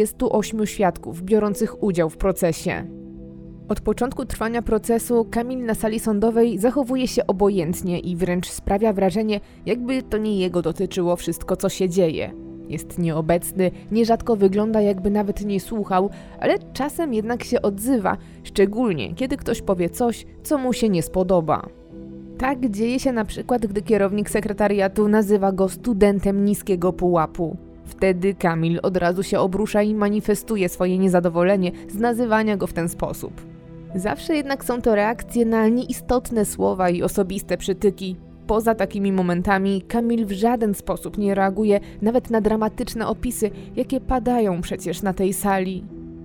38 świadków biorących udział w procesie. Od początku trwania procesu Kamil na sali sądowej zachowuje się obojętnie i wręcz sprawia wrażenie, jakby to nie jego dotyczyło wszystko, co się dzieje. Jest nieobecny, nierzadko wygląda, jakby nawet nie słuchał, ale czasem jednak się odzywa, szczególnie kiedy ktoś powie coś, co mu się nie spodoba. Tak dzieje się na przykład, gdy kierownik sekretariatu nazywa go studentem niskiego pułapu. Wtedy Kamil od razu się obrusza i manifestuje swoje niezadowolenie z nazywania go w ten sposób. Zawsze jednak są to reakcje na nieistotne słowa i osobiste przytyki. Poza takimi momentami Kamil w żaden sposób nie reaguje nawet na dramatyczne opisy, jakie padają przecież na tej sali.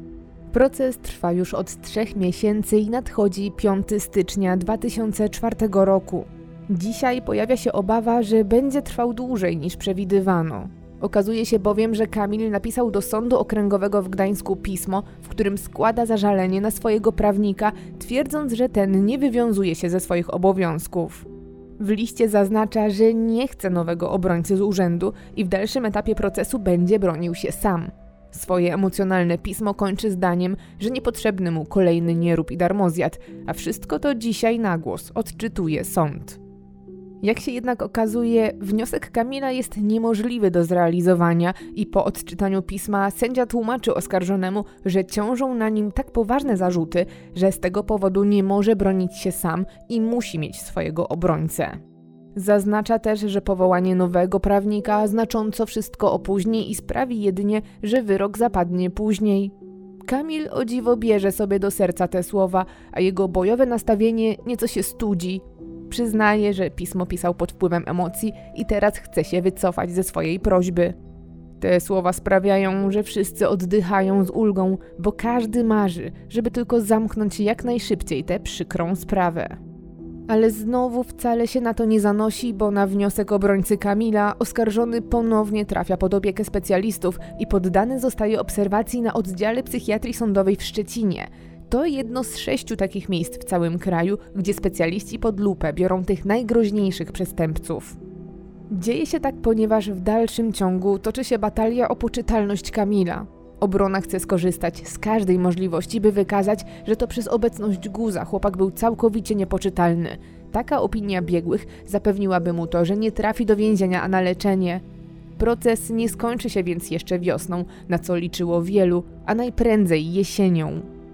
Proces trwa już od 3 miesięcy i nadchodzi 5 stycznia 2004 roku. Dzisiaj pojawia się obawa, że będzie trwał dłużej niż przewidywano. Okazuje się bowiem, że Kamil napisał do Sądu Okręgowego w Gdańsku pismo, w którym składa zażalenie na swojego prawnika, twierdząc, że ten nie wywiązuje się ze swoich obowiązków. W liście zaznacza, że nie chce nowego obrońcy z urzędu i w dalszym etapie procesu będzie bronił się sam. Swoje emocjonalne pismo kończy zdaniem, że niepotrzebny mu kolejny nierób i darmozjad, a wszystko to dzisiaj na głos odczytuje sąd. Jak się jednak okazuje, wniosek Kamila jest niemożliwy do zrealizowania i po odczytaniu pisma sędzia tłumaczy oskarżonemu, że ciążą na nim tak poważne zarzuty, że z tego powodu nie może bronić się sam i musi mieć swojego obrońcę. Zaznacza też, że powołanie nowego prawnika znacząco wszystko opóźni i sprawi jedynie, że wyrok zapadnie później. Kamil o dziwo bierze sobie do serca te słowa, a jego bojowe nastawienie nieco się studzi. Przyznaje, że pismo pisał pod wpływem emocji i teraz chce się wycofać ze swojej prośby. Te słowa sprawiają, że wszyscy oddychają z ulgą, bo każdy marzy, żeby tylko zamknąć jak najszybciej tę przykrą sprawę. Ale znowu wcale się na to nie zanosi, bo na wniosek obrońcy Kamila oskarżony ponownie trafia pod opiekę specjalistów i poddany zostaje obserwacji na oddziale psychiatrii sądowej w Szczecinie. To jedno z 6 takich miejsc w całym kraju, gdzie specjaliści pod lupę biorą tych najgroźniejszych przestępców. Dzieje się tak, ponieważ w dalszym ciągu toczy się batalia o poczytalność Kamila. Obrona chce skorzystać z każdej możliwości, by wykazać, że to przez obecność guza chłopak był całkowicie niepoczytalny. Taka opinia biegłych zapewniłaby mu to, że nie trafi do więzienia, a na leczenie. Proces nie skończy się więc jeszcze wiosną, na co liczyło wielu, a najprędzej jesienią.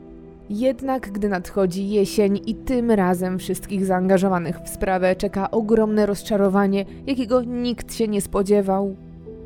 Jednak gdy nadchodzi jesień i tym razem wszystkich zaangażowanych w sprawę czeka ogromne rozczarowanie, jakiego nikt się nie spodziewał.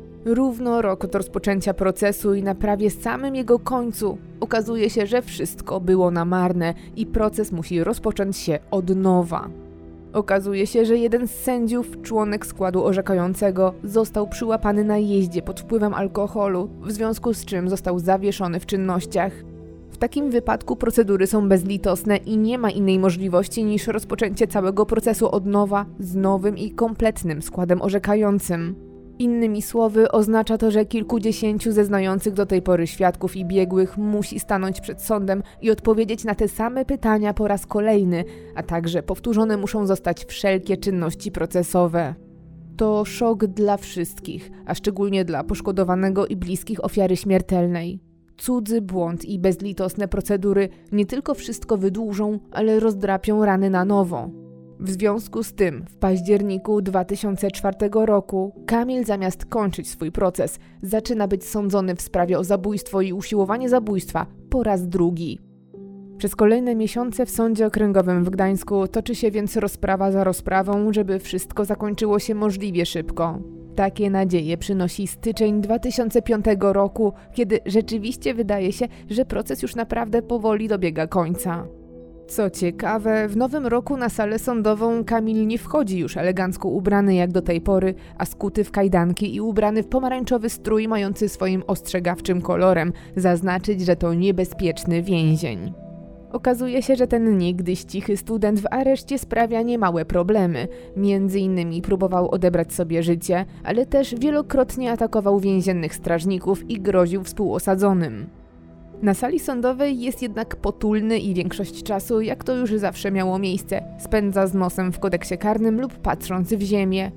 Równo rok od rozpoczęcia procesu i na prawie samym jego końcu okazuje się, że wszystko było na marne i proces musi rozpocząć się od nowa. Okazuje się, że jeden z sędziów, członek składu orzekającego, został przyłapany na jeździe pod wpływem alkoholu, w związku z czym został zawieszony w czynnościach. W takim wypadku procedury są bezlitosne i nie ma innej możliwości niż rozpoczęcie całego procesu od nowa z nowym i kompletnym składem orzekającym. Innymi słowy, oznacza to, że kilkudziesięciu zeznających do tej pory świadków i biegłych musi stanąć przed sądem i odpowiedzieć na te same pytania po raz kolejny, a także powtórzone muszą zostać wszelkie czynności procesowe. To szok dla wszystkich, a szczególnie dla poszkodowanego i bliskich ofiary śmiertelnej. Cudzy błąd i bezlitosne procedury nie tylko wszystko wydłużą, ale rozdrapią rany na nowo. W związku z tym w październiku 2004 roku Kamil zamiast kończyć swój proces zaczyna być sądzony w sprawie o zabójstwo i usiłowanie zabójstwa po raz drugi. Przez kolejne miesiące w Sądzie Okręgowym w Gdańsku toczy się więc rozprawa za rozprawą, żeby wszystko zakończyło się możliwie szybko. Takie nadzieje przynosi styczeń 2005 roku, kiedy rzeczywiście wydaje się, że proces już naprawdę powoli dobiega końca. Co ciekawe, w nowym roku na salę sądową Kamil nie wchodzi już elegancko ubrany jak do tej pory, a skuty w kajdanki i ubrany w pomarańczowy strój mający swoim ostrzegawczym kolorem zaznaczyć, że to niebezpieczny więzień. Okazuje się, że ten niegdyś cichy student w areszcie sprawia niemałe problemy. Między innymi próbował odebrać sobie życie, ale też wielokrotnie atakował więziennych strażników i groził współosadzonym. Na sali sądowej jest jednak potulny i większość czasu, jak to już zawsze miało miejsce, spędza z nosem w kodeksie karnym lub patrząc w ziemię.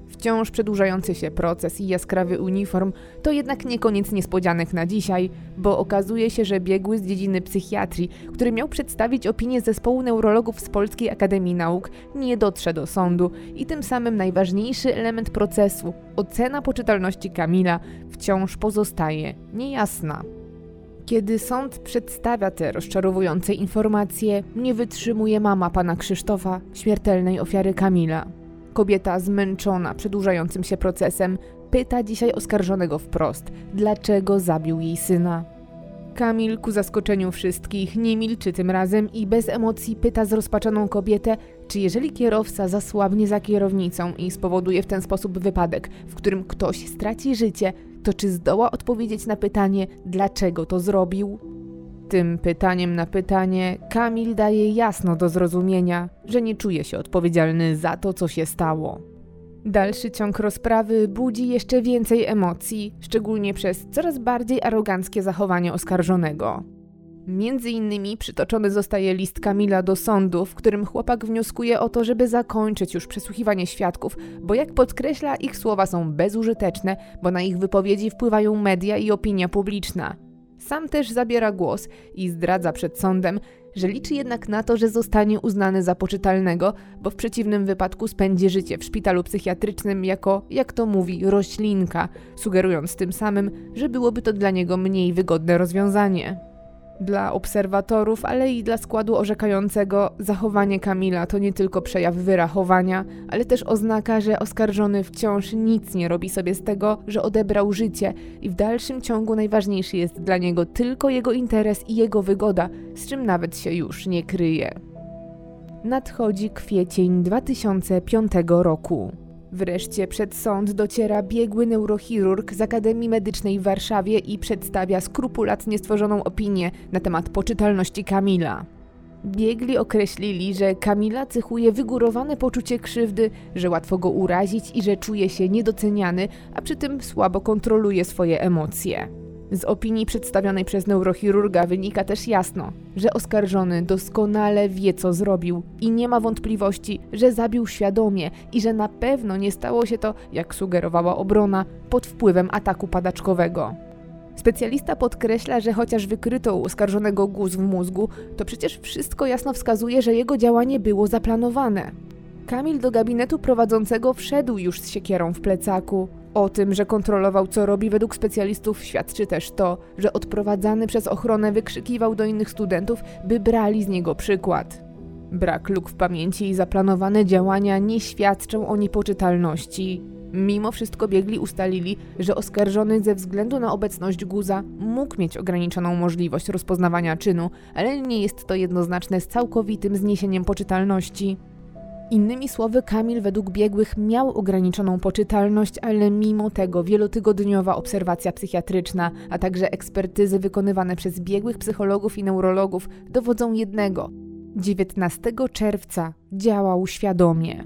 Wciąż przedłużający się proces i jaskrawy uniform to jednak nie koniec niespodzianek na dzisiaj, bo okazuje się, że biegły z dziedziny psychiatrii, który miał przedstawić opinię zespołu neurologów z Polskiej Akademii Nauk, nie dotrze do sądu i tym samym najważniejszy element procesu, ocena poczytalności Kamila, wciąż pozostaje niejasna. Kiedy sąd przedstawia te rozczarowujące informacje, nie wytrzymuje mama pana Krzysztofa, śmiertelnej ofiary Kamila. Kobieta zmęczona przedłużającym się procesem pyta dzisiaj oskarżonego wprost, dlaczego zabił jej syna. Kamil ku zaskoczeniu wszystkich nie milczy tym razem i bez emocji pyta zrozpaczoną kobietę, czy jeżeli kierowca zasłabnie za kierownicą i spowoduje w ten sposób wypadek, w którym ktoś straci życie, to czy zdoła odpowiedzieć na pytanie, dlaczego to zrobił? Tym pytaniem na pytanie Kamil daje jasno do zrozumienia, że nie czuje się odpowiedzialny za to, co się stało. Dalszy ciąg rozprawy budzi jeszcze więcej emocji, szczególnie przez coraz bardziej aroganckie zachowanie oskarżonego. Między innymi przytoczony zostaje list Kamila do sądu, w którym chłopak wnioskuje o to, żeby zakończyć już przesłuchiwanie świadków, bo jak podkreśla, ich słowa są bezużyteczne, bo na ich wypowiedzi wpływają media i opinia publiczna. Sam też zabiera głos i zdradza przed sądem, że liczy jednak na to, że zostanie uznany za poczytalnego, bo w przeciwnym wypadku spędzi życie w szpitalu psychiatrycznym jako, jak to mówi, roślinka, sugerując tym samym, że byłoby to dla niego mniej wygodne rozwiązanie. Dla obserwatorów, ale i dla składu orzekającego zachowanie Kamila to nie tylko przejaw wyrachowania, ale też oznaka, że oskarżony wciąż nic nie robi sobie z tego, że odebrał życie i w dalszym ciągu najważniejszy jest dla niego tylko jego interes i jego wygoda, z czym nawet się już nie kryje. Nadchodzi kwiecień 2005 roku. Wreszcie przed sąd dociera biegły neurochirurg z Akademii Medycznej w Warszawie i przedstawia skrupulatnie stworzoną opinię na temat poczytalności Kamila. Biegli określili, że Kamila cechuje wygórowane poczucie krzywdy, że łatwo go urazić i że czuje się niedoceniany, a przy tym słabo kontroluje swoje emocje. Z opinii przedstawionej przez neurochirurga wynika też jasno, że oskarżony doskonale wie, co zrobił i nie ma wątpliwości, że zabił świadomie i że na pewno nie stało się to, jak sugerowała obrona, pod wpływem ataku padaczkowego. Specjalista podkreśla, że chociaż wykryto u oskarżonego guz w mózgu, to przecież wszystko jasno wskazuje, że jego działanie było zaplanowane. Kamil do gabinetu prowadzącego wszedł już z siekierą w plecaku. O tym, że kontrolował, co robi, według specjalistów świadczy też to, że odprowadzany przez ochronę wykrzykiwał do innych studentów, by brali z niego przykład. Brak luk w pamięci i zaplanowane działania nie świadczą o niepoczytalności. Mimo wszystko biegli ustalili, że oskarżony ze względu na obecność guza mógł mieć ograniczoną możliwość rozpoznawania czynu, ale nie jest to jednoznaczne z całkowitym zniesieniem poczytalności. Innymi słowy, Kamil według biegłych miał ograniczoną poczytalność, ale mimo tego wielotygodniowa obserwacja psychiatryczna, a także ekspertyzy wykonywane przez biegłych psychologów i neurologów dowodzą jednego. 19 czerwca działał świadomie.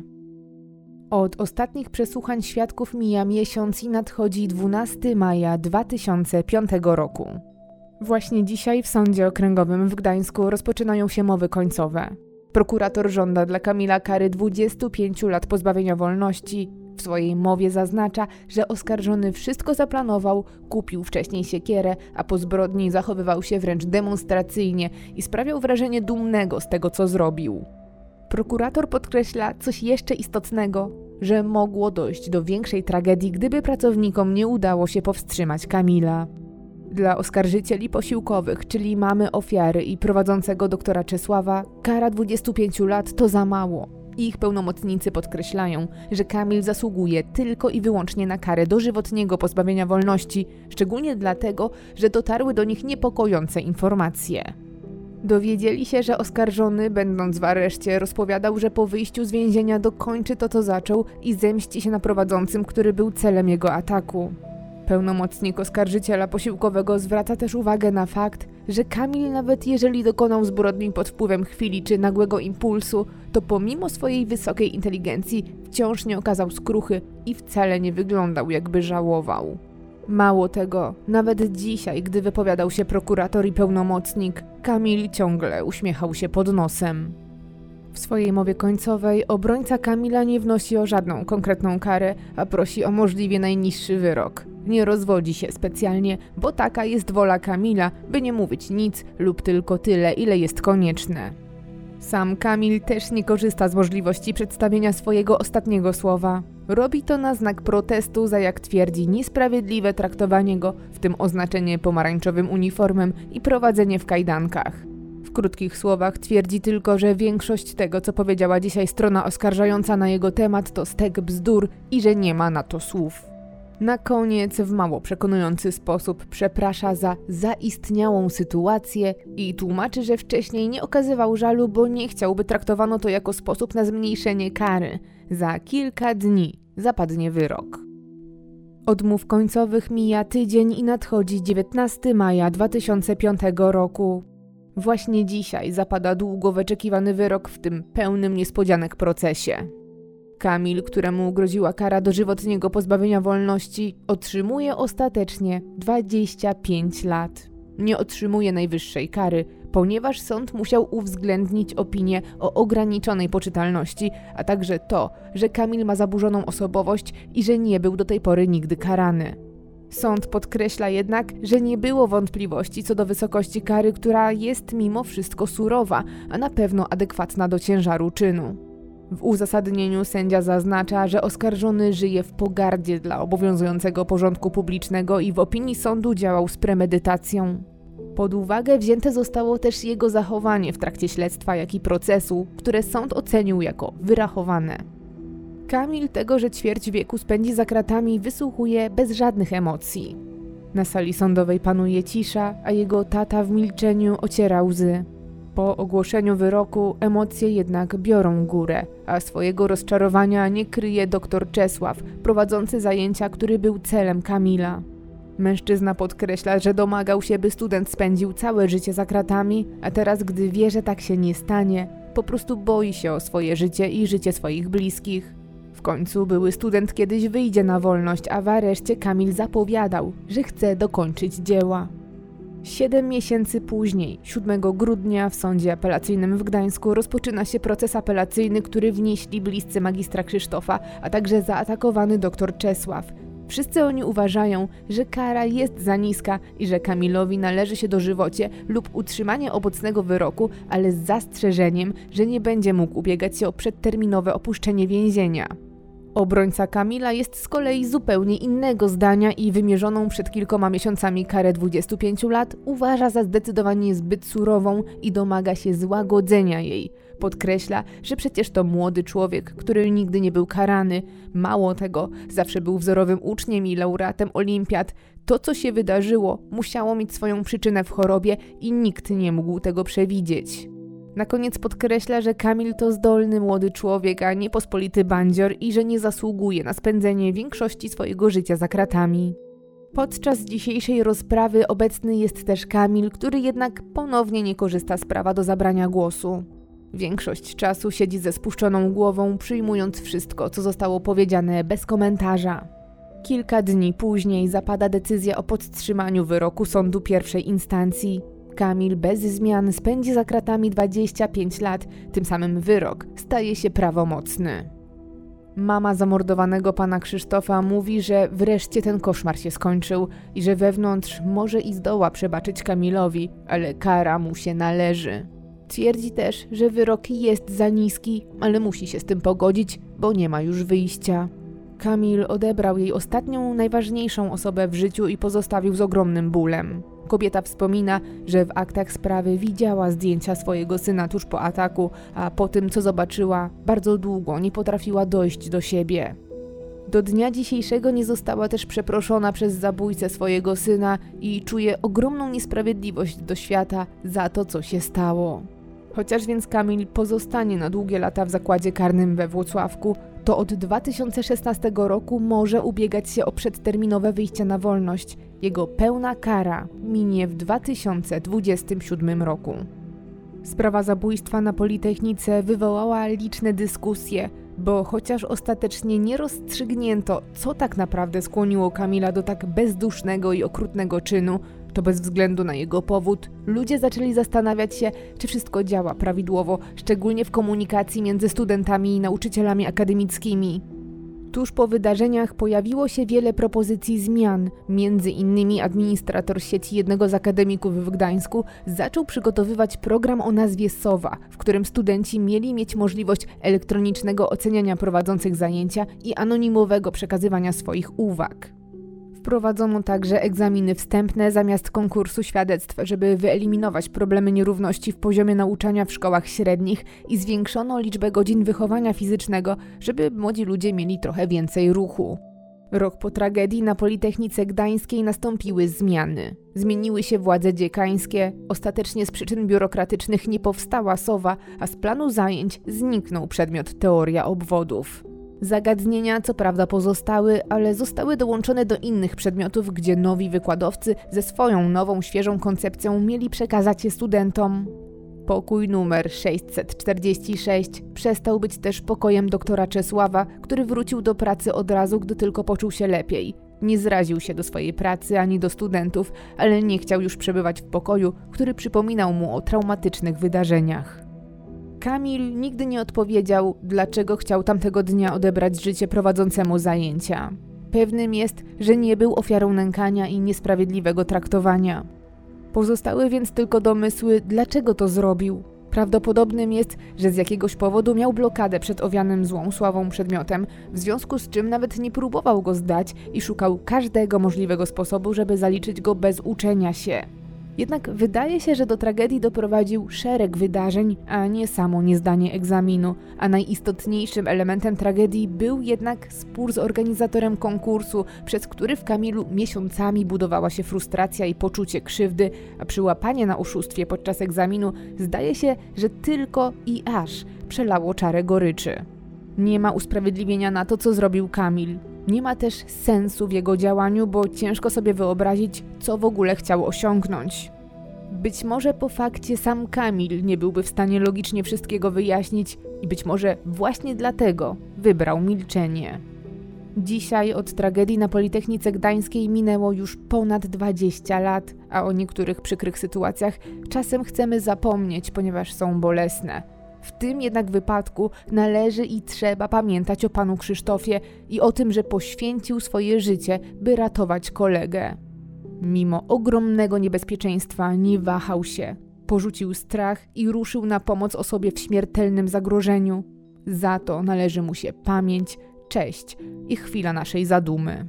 Od ostatnich przesłuchań świadków mija miesiąc i nadchodzi 12 maja 2005 roku. Właśnie dzisiaj w Sądzie Okręgowym w Gdańsku rozpoczynają się mowy końcowe. Prokurator żąda dla Kamila kary 25 lat pozbawienia wolności. W swojej mowie zaznacza, że oskarżony wszystko zaplanował, kupił wcześniej siekierę, a po zbrodni zachowywał się wręcz demonstracyjnie i sprawiał wrażenie dumnego z tego, co zrobił. Prokurator podkreśla coś jeszcze istotnego, że mogło dojść do większej tragedii, gdyby pracownikom nie udało się powstrzymać Kamila. Dla oskarżycieli posiłkowych, czyli mamy ofiary i prowadzącego doktora Czesława, kara 25 lat to za mało. Ich pełnomocnicy podkreślają, że Kamil zasługuje tylko i wyłącznie na karę dożywotniego pozbawienia wolności, szczególnie dlatego, że dotarły do nich niepokojące informacje. Dowiedzieli się, że oskarżony, będąc w areszcie, rozpowiadał, że po wyjściu z więzienia dokończy to, co zaczął i zemści się na prowadzącym, który był celem jego ataku. Pełnomocnik oskarżyciela posiłkowego zwraca też uwagę na fakt, że Kamil nawet jeżeli dokonał zbrodni pod wpływem chwili czy nagłego impulsu, to pomimo swojej wysokiej inteligencji wciąż nie okazał skruchy i wcale nie wyglądał, jakby żałował. Mało tego, nawet dzisiaj, gdy wypowiadał się prokurator i pełnomocnik, Kamil ciągle uśmiechał się pod nosem. W swojej mowie końcowej obrońca Kamila nie wnosi o żadną konkretną karę, a prosi o możliwie najniższy wyrok. Nie rozwodzi się specjalnie, bo taka jest wola Kamila, by nie mówić nic lub tylko tyle, ile jest konieczne. Sam Kamil też nie korzysta z możliwości przedstawienia swojego ostatniego słowa. Robi to na znak protestu za, jak twierdzi, niesprawiedliwe traktowanie go, w tym oznaczenie pomarańczowym uniformem i prowadzenie w kajdankach. W krótkich słowach twierdzi tylko, że większość tego, co powiedziała dzisiaj strona oskarżająca na jego temat, to stek bzdur i że nie ma na to słów. Na koniec w mało przekonujący sposób przeprasza za zaistniałą sytuację i tłumaczy, że wcześniej nie okazywał żalu, bo nie chciał, by traktowano to jako sposób na zmniejszenie kary. Za kilka dni zapadnie wyrok. Od mów końcowych mija tydzień i nadchodzi 19 maja 2005 roku. Właśnie dzisiaj zapada długo wyczekiwany wyrok w tym pełnym niespodzianek procesie. Kamil, któremu groziła kara dożywotniego pozbawienia wolności, otrzymuje ostatecznie 25 lat. Nie otrzymuje najwyższej kary, ponieważ sąd musiał uwzględnić opinię o ograniczonej poczytalności, a także to, że Kamil ma zaburzoną osobowość i że nie był do tej pory nigdy karany. Sąd podkreśla jednak, że nie było wątpliwości co do wysokości kary, która jest mimo wszystko surowa, a na pewno adekwatna do ciężaru czynu. W uzasadnieniu sędzia zaznacza, że oskarżony żyje w pogardzie dla obowiązującego porządku publicznego i w opinii sądu działał z premedytacją. Pod uwagę wzięte zostało też jego zachowanie w trakcie śledztwa, jak i procesu, które sąd ocenił jako wyrachowane. Kamil tego, że ćwierć wieku spędzi za kratami, wysłuchuje bez żadnych emocji. Na sali sądowej panuje cisza, a jego tata w milczeniu ociera łzy. Po ogłoszeniu wyroku emocje jednak biorą górę, a swojego rozczarowania nie kryje dr Czesław, prowadzący zajęcia, który był celem Kamila. Mężczyzna podkreśla, że domagał się, by student spędził całe życie za kratami, a teraz, gdy wie, że tak się nie stanie, po prostu boi się o swoje życie i życie swoich bliskich. W końcu były student kiedyś wyjdzie na wolność, a w areszcie Kamil zapowiadał, że chce dokończyć dzieła. 7 miesięcy później, 7 grudnia, w sądzie apelacyjnym w Gdańsku rozpoczyna się proces apelacyjny, który wnieśli bliscy magistra Krzysztofa, a także zaatakowany dr Czesław. Wszyscy oni uważają, że kara jest za niska i że Kamilowi należy się dożywocie lub utrzymanie obecnego wyroku, ale z zastrzeżeniem, że nie będzie mógł ubiegać się o przedterminowe opuszczenie więzienia. Obrońca Kamila jest z kolei zupełnie innego zdania i wymierzoną przed kilkoma miesiącami karę 25 lat uważa za zdecydowanie zbyt surową i domaga się złagodzenia jej. Podkreśla, że przecież to młody człowiek, który nigdy nie był karany. Mało tego, zawsze był wzorowym uczniem i laureatem olimpiad. To, co się wydarzyło, musiało mieć swoją przyczynę w chorobie i nikt nie mógł tego przewidzieć. Na koniec podkreśla, że Kamil to zdolny młody człowiek, a nie pospolity bandzior i że nie zasługuje na spędzenie większości swojego życia za kratami. Podczas dzisiejszej rozprawy obecny jest też Kamil, który jednak ponownie nie korzysta z prawa do zabrania głosu. Większość czasu siedzi ze spuszczoną głową, przyjmując wszystko, co zostało powiedziane bez komentarza. Kilka dni później zapada decyzja o podtrzymaniu wyroku sądu pierwszej instancji. Kamil bez zmian spędzi za kratami 25 lat, tym samym wyrok staje się prawomocny. Mama zamordowanego pana Krzysztofa mówi, że wreszcie ten koszmar się skończył i że wewnątrz może i zdoła przebaczyć Kamilowi, ale kara mu się należy. Twierdzi też, że wyrok jest za niski, ale musi się z tym pogodzić, bo nie ma już wyjścia. Kamil odebrał jej ostatnią, najważniejszą osobę w życiu i pozostawił z ogromnym bólem. Kobieta wspomina, że w aktach sprawy widziała zdjęcia swojego syna tuż po ataku, a po tym, co zobaczyła, bardzo długo nie potrafiła dojść do siebie. Do dnia dzisiejszego nie została też przeproszona przez zabójcę swojego syna i czuje ogromną niesprawiedliwość do świata za to, co się stało. Chociaż więc Kamil pozostanie na długie lata w zakładzie karnym we Włocławku, to od 2016 roku może ubiegać się o przedterminowe wyjście na wolność. Jego pełna kara minie w 2027 roku. Sprawa zabójstwa na Politechnice wywołała liczne dyskusje, bo chociaż ostatecznie nie rozstrzygnięto, co tak naprawdę skłoniło Kamila do tak bezdusznego i okrutnego czynu, To bez względu na jego powód, ludzie zaczęli zastanawiać się, czy wszystko działa prawidłowo, szczególnie w komunikacji między studentami i nauczycielami akademickimi. Tuż po wydarzeniach pojawiło się wiele propozycji zmian. Między innymi administrator sieci jednego z akademików w Gdańsku zaczął przygotowywać program o nazwie SOWA, w którym studenci mieli mieć możliwość elektronicznego oceniania prowadzących zajęcia i anonimowego przekazywania swoich uwag. Wprowadzono także egzaminy wstępne zamiast konkursu świadectw, żeby wyeliminować problemy nierówności w poziomie nauczania w szkołach średnich i zwiększono liczbę godzin wychowania fizycznego, żeby młodzi ludzie mieli trochę więcej ruchu. Rok po tragedii na Politechnice Gdańskiej nastąpiły zmiany. Zmieniły się władze dziekańskie, ostatecznie z przyczyn biurokratycznych nie powstała SOWA, a z planu zajęć zniknął przedmiot teoria obwodów. Zagadnienia co prawda pozostały, ale zostały dołączone do innych przedmiotów, gdzie nowi wykładowcy ze swoją nową, świeżą koncepcją mieli przekazać je studentom. Pokój numer 646 przestał być też pokojem doktora Czesława, który wrócił do pracy od razu, gdy tylko poczuł się lepiej. Nie zraził się do swojej pracy ani do studentów, ale nie chciał już przebywać w pokoju, który przypominał mu o traumatycznych wydarzeniach. Kamil nigdy nie odpowiedział, dlaczego chciał tamtego dnia odebrać życie prowadzącemu zajęcia. Pewnym jest, że nie był ofiarą nękania i niesprawiedliwego traktowania. Pozostały więc tylko domysły, dlaczego to zrobił. Prawdopodobnym jest, że z jakiegoś powodu miał blokadę przed owianym złą sławą przedmiotem, w związku z czym nawet nie próbował go zdać i szukał każdego możliwego sposobu, żeby zaliczyć go bez uczenia się. Jednak wydaje się, że do tragedii doprowadził szereg wydarzeń, a nie samo niezdanie egzaminu, a najistotniejszym elementem tragedii był jednak spór z organizatorem konkursu, przez który w Kamilu miesiącami budowała się frustracja i poczucie krzywdy, a przyłapanie na oszustwie podczas egzaminu zdaje się, że tylko i aż przelało czarę goryczy. Nie ma usprawiedliwienia na to, co zrobił Kamil. Nie ma też sensu w jego działaniu, bo ciężko sobie wyobrazić, co w ogóle chciał osiągnąć. Być może po fakcie sam Kamil nie byłby w stanie logicznie wszystkiego wyjaśnić i być może właśnie dlatego wybrał milczenie. Dzisiaj od tragedii na Politechnice Gdańskiej minęło już ponad 20 lat, a o niektórych przykrych sytuacjach czasem chcemy zapomnieć, ponieważ są bolesne. W tym jednak wypadku należy i trzeba pamiętać o panu Krzysztofie i o tym, że poświęcił swoje życie, by ratować kolegę. Mimo ogromnego niebezpieczeństwa nie wahał się. Porzucił strach i ruszył na pomoc osobie w śmiertelnym zagrożeniu. Za to należy mu się pamięć, cześć i chwila naszej zadumy.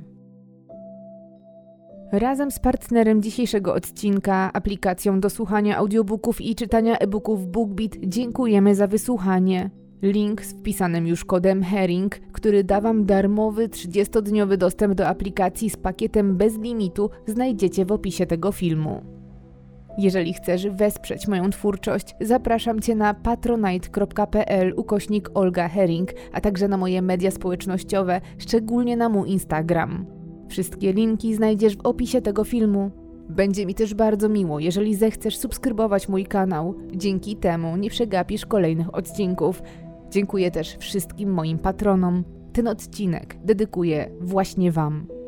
Razem z partnerem dzisiejszego odcinka, aplikacją do słuchania audiobooków i czytania e-booków BookBeat, dziękujemy za wysłuchanie. Link z wpisanym już kodem HERING, który da Wam darmowy 30-dniowy dostęp do aplikacji z pakietem bez limitu, znajdziecie w opisie tego filmu. Jeżeli chcesz wesprzeć moją twórczość, zapraszam Cię na patronite.pl/Olga Hering, a także na moje media społecznościowe, szczególnie na mój Instagram. Wszystkie linki znajdziesz w opisie tego filmu. Będzie mi też bardzo miło, jeżeli zechcesz subskrybować mój kanał. Dzięki temu nie przegapisz kolejnych odcinków. Dziękuję też wszystkim moim patronom. Ten odcinek dedykuję właśnie Wam.